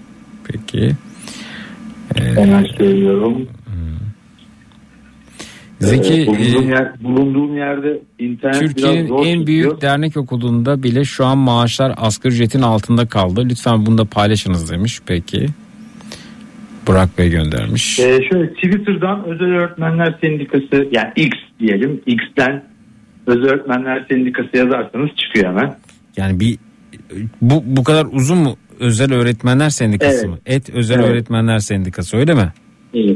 Peki. Ee, Hemen söylüyorum. Zeki, Ee, bulunduğum, e, yer, bulunduğum yerde internet Türkiye'nin biraz zor en büyük tutuyor. dernek okulunda bile şu an maaşlar asgari ücretin altında kaldı. Lütfen bunu da paylaşınız demiş. Peki. Burak Bey göndermiş. Ee, şöyle Twitter'dan Özel Öğretmenler Sendikası, yani X diyelim, X'ten Özel Öğretmenler Sendikası yazarsanız çıkıyor hemen. Yani bir bu bu kadar uzun mu? Özel Öğretmenler Sendikası Evet. mı? Et Özel Evet. Öğretmenler Sendikası, öyle mi? Evet.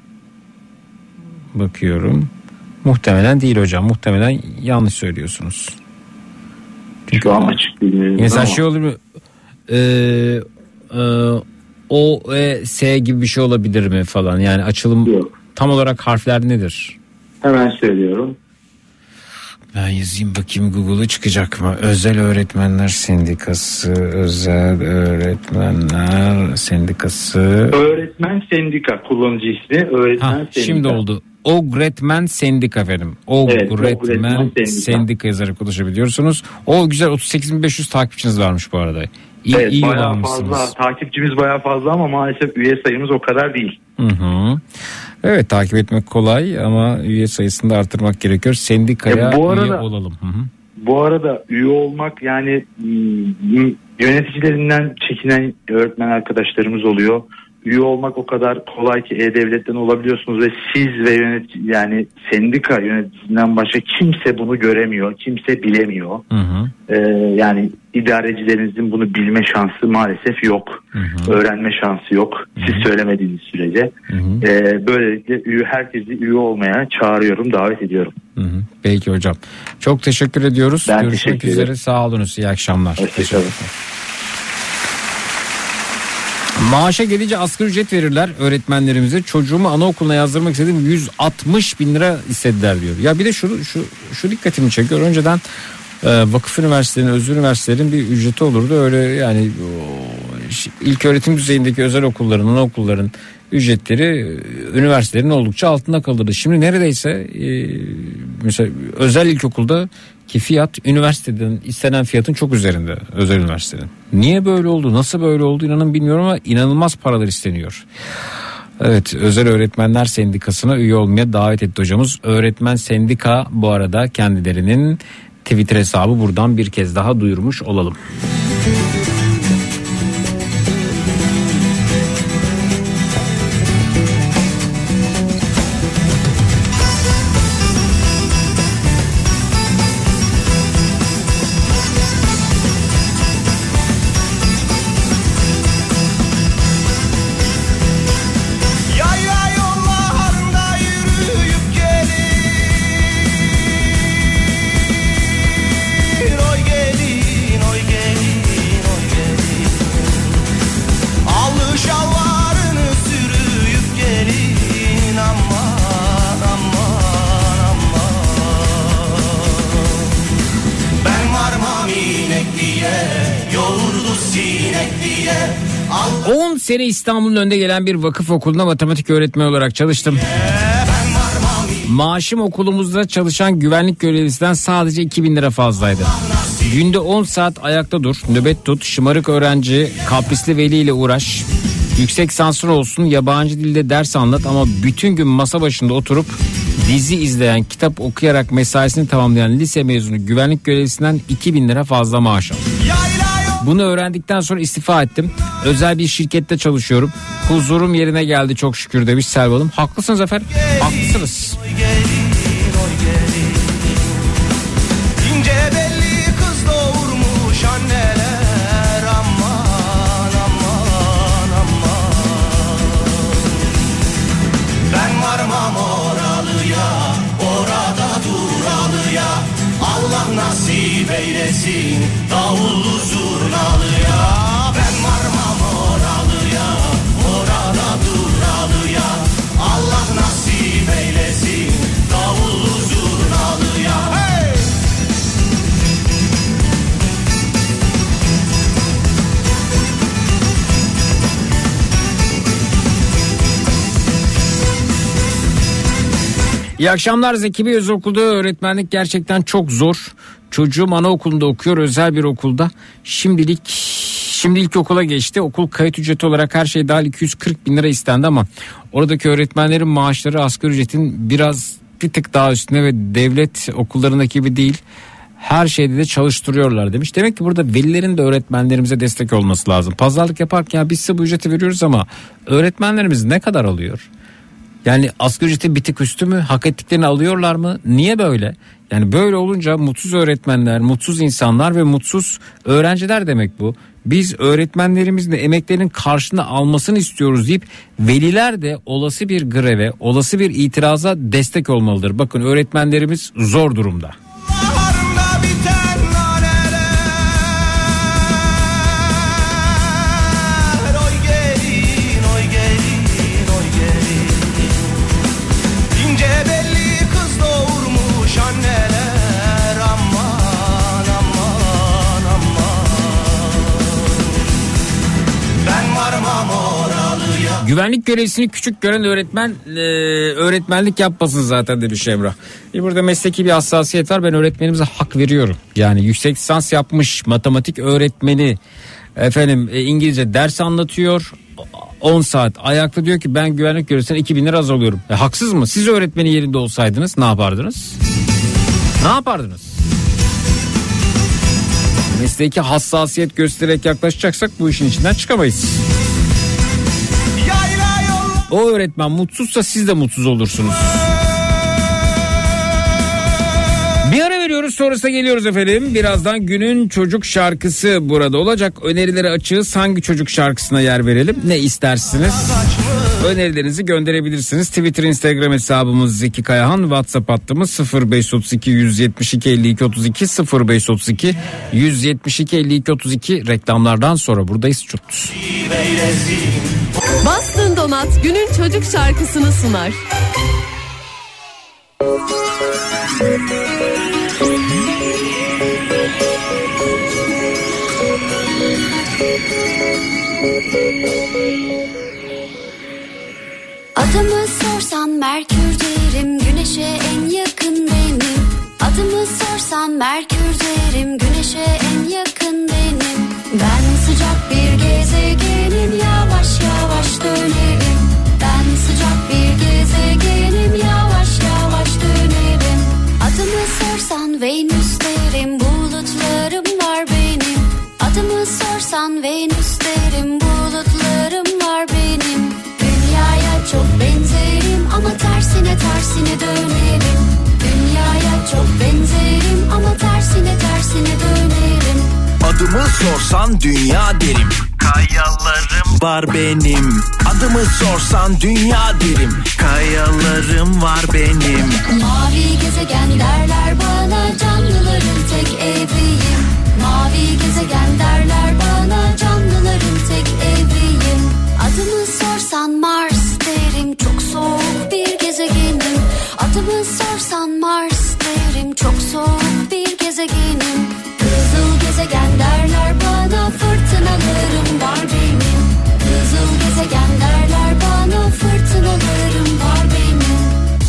Bakıyorum. Muhtemelen değil hocam. Muhtemelen yanlış söylüyorsunuz. Şu an açık bilmiyorum Mesela ama. şey olur mu? Ee, e, O, E, S gibi bir şey olabilir mi falan? Yani açılım Yok. tam olarak harfler nedir? Hemen söylüyorum. Ben yazayım bakayım, Google'a çıkacak mı? Özel Öğretmenler Sendikası, Özel Öğretmenler Sendikası. Öğretmen Sendika kullanıcı ismi. Öğretmen Ha, Sendika. şimdi oldu. Ogretmen Sendika efendim. Evet, Ogretmen Ogretmen Sendika. Sendika yazarak ulaşabiliyorsunuz. O güzel, otuz sekiz bin beş yüz takipçiniz varmış bu arada. İyi, Evet, iyi bayağı olmuşsunuz. fazla. Takipçimiz bayağı fazla ama maalesef üye sayımız o kadar değil. Hı hı. Evet, takip etmek kolay ama üye sayısını da artırmak gerekiyor. Sendikaya E, bu arada- üye olalım. Hı hı. Bu arada üye olmak, yani m, yöneticilerinden çekinen öğretmen arkadaşlarımız oluyor. Üye olmak o kadar kolay ki E-Devlet'ten olabiliyorsunuz ve siz ve yönetici, yani sendika yöneticisinden başka kimse bunu göremiyor, kimse bilemiyor. Hı hı. Ee, yani idarecilerinizin bunu bilme şansı maalesef yok. Hı hı. Öğrenme şansı yok. Siz söylemediğiniz sürece. Hı hı. Ee, böylelikle üye, herkesi üye olmaya çağırıyorum, davet ediyorum. Hı hı. Peki hocam. Çok teşekkür ediyoruz. Ben Görüşmek teşekkür üzere. ederim. Sağ olunuz. İyi akşamlar. Hoşçakalın. Maaşa gelince asgari ücret verirler öğretmenlerimize. Çocuğumu anaokuluna yazdırmak istedim, yüz altmış bin lira istediler diyor. Ya bir de şu şu şu dikkatimi çekiyor. Önceden e, vakıf üniversitelerinin, özel üniversitelerin bir ücreti olurdu. Öyle yani o, ilk öğretim düzeyindeki özel okulların, anaokulların ücretleri e, üniversitelerin oldukça altında kalırdı. Şimdi neredeyse e, mesela özel ilkokulda ki fiyat üniversiteden istenen fiyatın çok üzerinde, özel üniversiteden. Niye böyle oldu, nasıl böyle oldu inanın bilmiyorum ama inanılmaz paralar isteniyor. Evet, Özel Öğretmenler Sendikası'na üye olmaya davet etti hocamız. Öğretmen Sendika bu arada kendilerinin Twitter hesabı, buradan bir kez daha duyurmuş olalım. Yayla yollarında yürüyüp gelin, oy gelin, oy gelin, oy gelin. Allı şalvarını sürüyüp gelin, aman aman aman. Ben varmam inek diye, yoğurdu sinek diye. on sene İstanbul'un önde gelen bir vakıf okulunda matematik öğretmeni olarak çalıştım. Maaşım okulumuzda çalışan güvenlik görevlisinden sadece iki bin lira fazlaydı. Günde on saat ayakta dur, nöbet tut, şımarık öğrenci, kaprisli veliyle uğraş. Yüksek sansür olsun, yabancı dilde ders anlat ama bütün gün masa başında oturup dizi izleyen, kitap okuyarak mesaisini tamamlayan lise mezunu güvenlik görevlisinden iki bin lira fazla maaş aldım. Bunu öğrendikten sonra istifa ettim. Özel bir şirkette çalışıyorum. Huzurum yerine geldi çok şükür demiş Selva Hanım. Haklısınız efendim. Haklısınız. İnce belli kız doğurmuş anneler, aman aman aman. Ben varmam oralıya, orada duralıya. Allah nasip eylesin davullu zurnalıya. Ben varmam oralıya, orada duralıya. Allah nasip eylesin davullu zurnalıya. Hey! İyi akşamlar Zeki Bey. Özel okulda öğretmenlik gerçekten çok zor. Çocuğum anaokulunda okuyor, özel bir okulda. Şimdilik şimdi ilk okula geçti. Okul kayıt ücreti olarak her şey dahil iki yüz kırk bin lira istendi ama oradaki öğretmenlerin maaşları asgari ücretin biraz bir tık daha üstüne ve devlet okullarındaki gibi değil, her şeyde de çalıştırıyorlar demiş. Demek ki burada velilerin de öğretmenlerimize destek olması lazım. Pazarlık yaparken ya biz size bu ücreti veriyoruz ama öğretmenlerimiz ne kadar alıyor? Yani asgari ücreti bir tık üstü mü? Hak ettiklerini alıyorlar mı? Niye böyle? Yani böyle olunca mutsuz öğretmenler, mutsuz insanlar ve mutsuz öğrenciler demek bu. Biz öğretmenlerimizin de emeklerinin karşılığını almasını istiyoruz deyip veliler de olası bir greve, olası bir itiraza destek olmalıdır. Bakın öğretmenlerimiz zor durumda. Baharında biten naneler, oy gelin, oy gelin, oy gelin. İnce belli kız doğurmuş anneler, aman aman aman. Ben varmam oralıya. Güvenlik görevlisini küçük gören öğretmen e, öğretmenlik yapmasın zaten demiş Emrah. E burada mesleki bir hassasiyet var, ben öğretmenimize hak veriyorum. Yani yüksek lisans yapmış matematik öğretmeni efendim e, İngilizce ders anlatıyor. on saat ayakta diyor ki ben güvenlik görevlisine iki bin lira az alıyorum. E, haksız mı? Siz öğretmenin yerinde olsaydınız ne yapardınız? Ne yapardınız? Mesleki hassasiyet göstererek yaklaşacaksak bu işin içinden çıkamayız. O öğretmen mutsuzsa siz de mutsuz olursunuz. Bir ara veriyoruz, sonrasında geliyoruz efendim. Birazdan günün çocuk şarkısı burada olacak. Önerileri açığız. Hangi çocuk şarkısına yer verelim? Ne istersiniz? Önerilerinizi gönderebilirsiniz. Twitter, Instagram hesabımız Zeki Kayahan. WhatsApp hattımız sıfır beş otuz iki yüz yetmiş iki elli iki otuz iki sıfır beş otuz iki yüz yetmiş iki elli iki otuz iki. Reklamlardan sonra buradayız. Çut. Bastın Donat günün çocuk şarkısını sunar. Adımı sorsan Merkür derim, Güneş'e en yakın benim. Adımı sorsan Merkür derim, Güneş'e en yakın benim. Ben sıcak bir gezegenim, yavaş yavaş dönerim. Ben sıcak bir gezegenim, yavaş yavaş dönerim. Adımı sorsan Venüs derim, bulutlarım var benim. Adımı sorsan Venüs derim, bulutlarım var benim. Dünyaya çok benzerim ama tersine tersine dönerim. Dünyaya çok benzerim ama tersine tersine dönerim. Adımı sorsan dünya derim, kayalarım var benim. Adımı sorsan dünya derim, kayalarım var benim. Mavi gezegen derler bana, canlıların tek eviyim. Mavi gezegen derler bana, canlıların tek eviyim. Adımı sorsan Mars derim, çok soğuk bir gezegenim. Adımı sorsan Mars derim, çok soğuk bir gezegenim. Kızıl gezegen derler bana, fırtınalarım var benim. Kızıl gezegen derler bana, fırtınalarım var benim.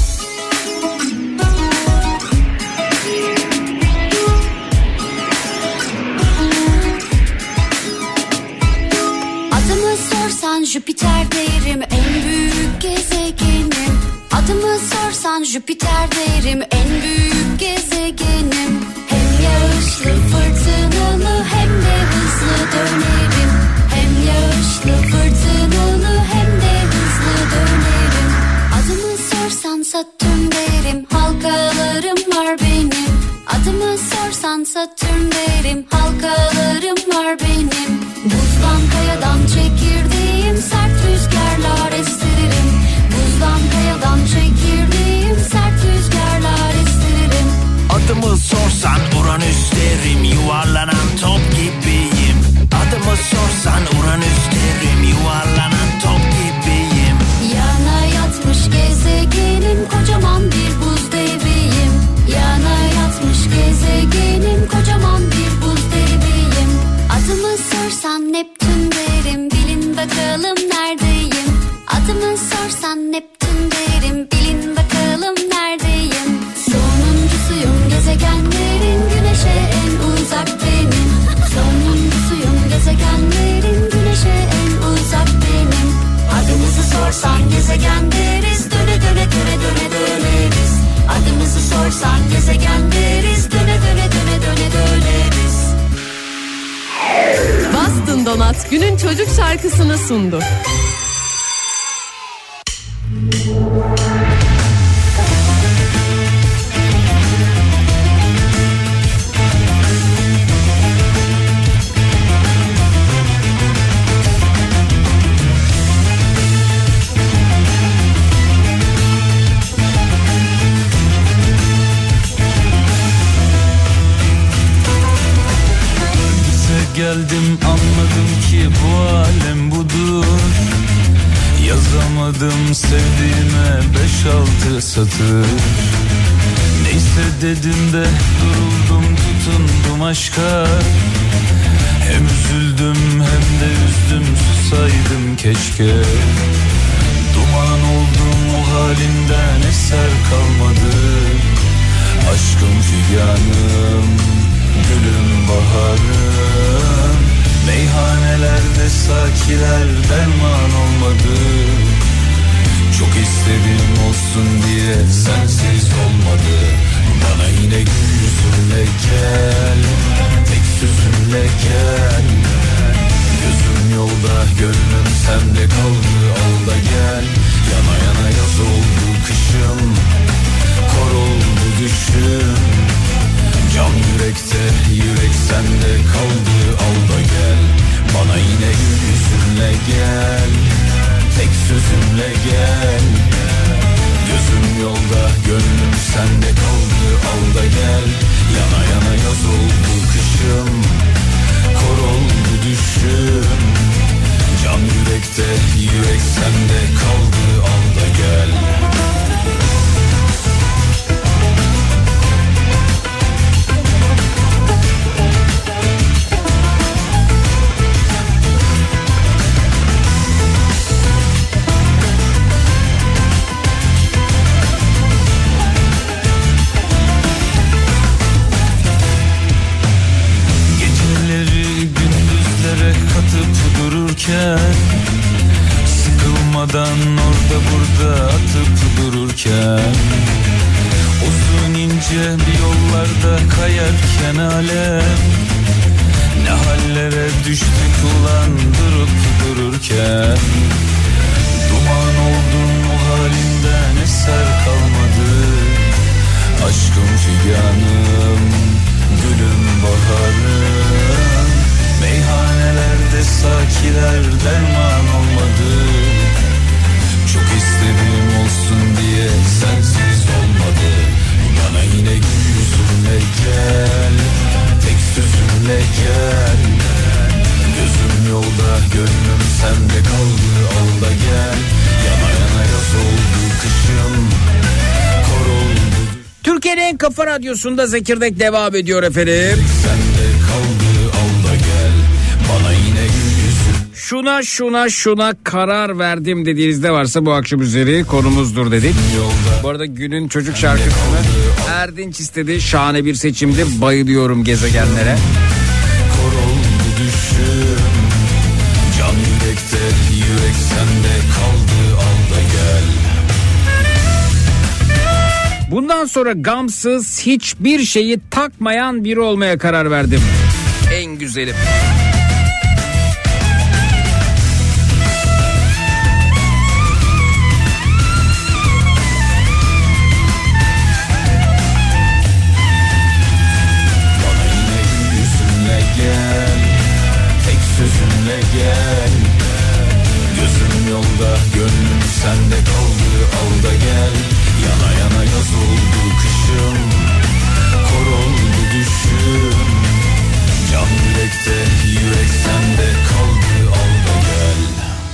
Adımı sorsan Jüpiter derim, en büyük gezegenim. Adımı sorsan Jüpiter derim, en büyük gezegenim. Hem yağışlı fırtınalı hem de hızlı dönerim. Hem yağışlı fırtınalı hem de hızlı dönerim. Adımı sorsan Satürn derim, halkalarım var benim. Adımı sorsan Satürn derim, halkalarım var benim. Buzdan kayadan çekirdeğim, sert rüzgarlar estiririm. Buzdan kayadan çekirdeğim, sert rüzgarlar estiririm. Adımı sorsan Uranüs derim, yuvarlanan top gibiyim. Adımı sorsan Uranüs derim, yuvarlanan top gibiyim. Yana yatmış gezegenim, kocaman bir buz deviyim. Yana yatmış gezegenim, kocaman bir buz deviyim. Adımı sorsan Neptün derim, bilin bakalım neredeyim. Adımı sorsan Neptün derim, bilin bakalım neredeyim. Sonuncusuyum gezegenlerin, Güneş'e en uzak benim. Sonuncusuyum gezegenlerin, Güneş'e en uzak benim. Adımızı sorsan gezegen deriz, döne döne döne döne döneriz. Takmamat günün çocuk şarkısını sundu. Geldim anladım ki bu alem budur. Yazamadım sevdiğime beş altı satır. Neyse dedim de duruldum tutundum aşka. Hem üzüldüm hem de üzdüm susaydım keşke. Duman oldum o halimden eser kalmadı. Aşkım figanım, gülüm baharım. Meyhanelerde sakiler derman olmadı. Çok istedim olsun diye sensiz olmadı. Bana yine gül yüzünle gel, tek sözünle gel. Gözüm yolda, gönlüm sende kaldı, al da gel. Yana yana yaz oldu kışım, kor oldu düşüm. Can yürekte, yürek sende kaldı, al da gel. Bana yine gül yüzünle gel, tek sözümle gel. Gözüm yolda, gönlüm sende kaldı, al da gel. Yana yana yaz oldu kışım, kor oldu düşüm. Can yürekte, yürek sende kaldı, al da gel. Sıkılmadan orada burada atıp dururken, uzun ince bir yollarda kayarken alem, ne hallere düştük ulan durup dururken. Duman oldum o halinden eser kalmadı. Aşkım figanım, gülüm baharım. Meyhanelerde sakiler derman olmadı. Çok istedim olsun diye sensiz olmadı. Bana yine gül yüzünle gel, tek sözünle gel. Gözüm yolda, gönlüm sende kaldı, al da gel. Yana yana yaz oldu kışım, kor oldu. Türkiye'nin en kafa radyosunda Zekirdek devam ediyor efendim. Sende kaldı, al da gel. Bana yine gül yüzün. Şuna şuna şuna karar verdim dediğinizde varsa bu akşam üzeri konumuzdur dedik. Bu arada günün çocuk şarkısını Erdinç istedi. Şahane bir seçimdi. Bayılıyorum gezegenlere. Kor oldu düşüm. Can yürekte, yürek sende kaldı, al da gel. Bundan sonra gamsız, hiçbir şeyi takmayan biri olmaya karar verdim. En güzelim. Bana yine gül yüzünle gel, tek sözünle gel. Gözüm yolda, gönlüm sende kaldı, al da gel. Yana yana yaz oldu kışım, kor oldu düşüm. Can yürekte, yürek sende kaldı, al da gel.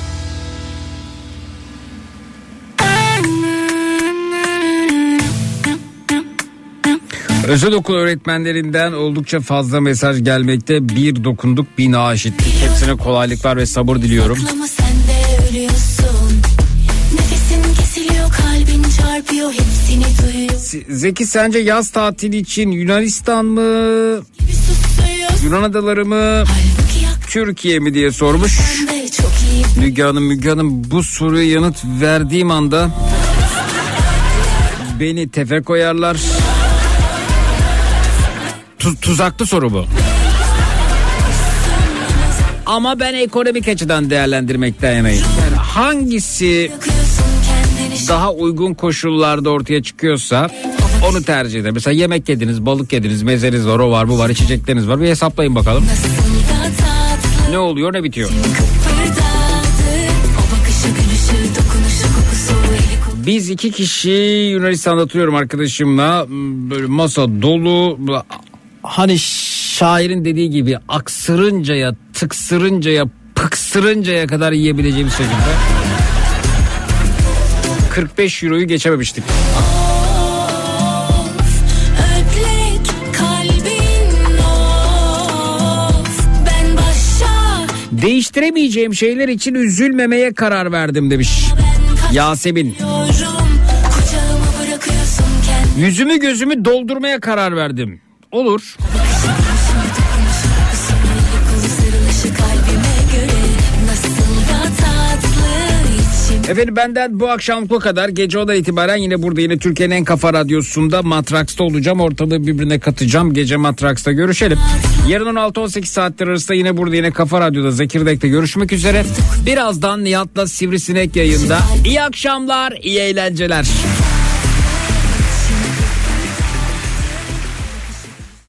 Özel okul öğretmenlerinden oldukça fazla mesaj gelmekte. Bir dokunduk, bin ağaç ettik. Hepsine kolaylıklar ve sabır diliyorum. Aklama sen de ölüyorsun. Nefesim kesiliyor, kalbin çarpıyor, hepsini duyuyor. Zeki, sence yaz tatili için Yunanistan mı, Yunan adaları mı, Türkiye mi diye sormuş. Müge Hanım, Müge Hanım bu soruya yanıt verdiğim anda beni tefe koyarlar. Tu- tuzaklı soru bu. Ama ben ekonomik açıdan değerlendirmekten yanayım. Yani hangisi daha uygun koşullarda ortaya çıkıyorsa onu tercih ederim. Mesela yemek yediniz, balık yediniz, mezeniz var, o var, bu var, içecekleriniz var. Bir hesaplayın bakalım. Ne oluyor, ne bitiyor? Biz iki kişi Yunanistan'da oturuyorum arkadaşımla. Böyle masa dolu. Hani şairin dediği gibi aksırıncaya, tıksırıncaya, pıksırıncaya kadar yiyebileceğimiz şekilde. kırk beş euroyu geçememiştik. Değiştiremeyeceğim şeyler için üzülmemeye karar verdim demiş Yasemin. Yüzümü gözümü doldurmaya karar verdim. Olur. Efendim benden bu akşam bu kadar. Gece odan itibaren yine burada, yine Türkiye'nin en kafa radyosunda Matraks'ta olacağım. Ortalığı birbirine katacağım. Gece Matraks'ta görüşelim. Yarın on altı on sekiz saatler arasında yine burada, yine Kafa Radyo'da Zekirdek'te görüşmek üzere. Birazdan Nihat'la Sivrisinek yayında. İyi akşamlar, iyi eğlenceler.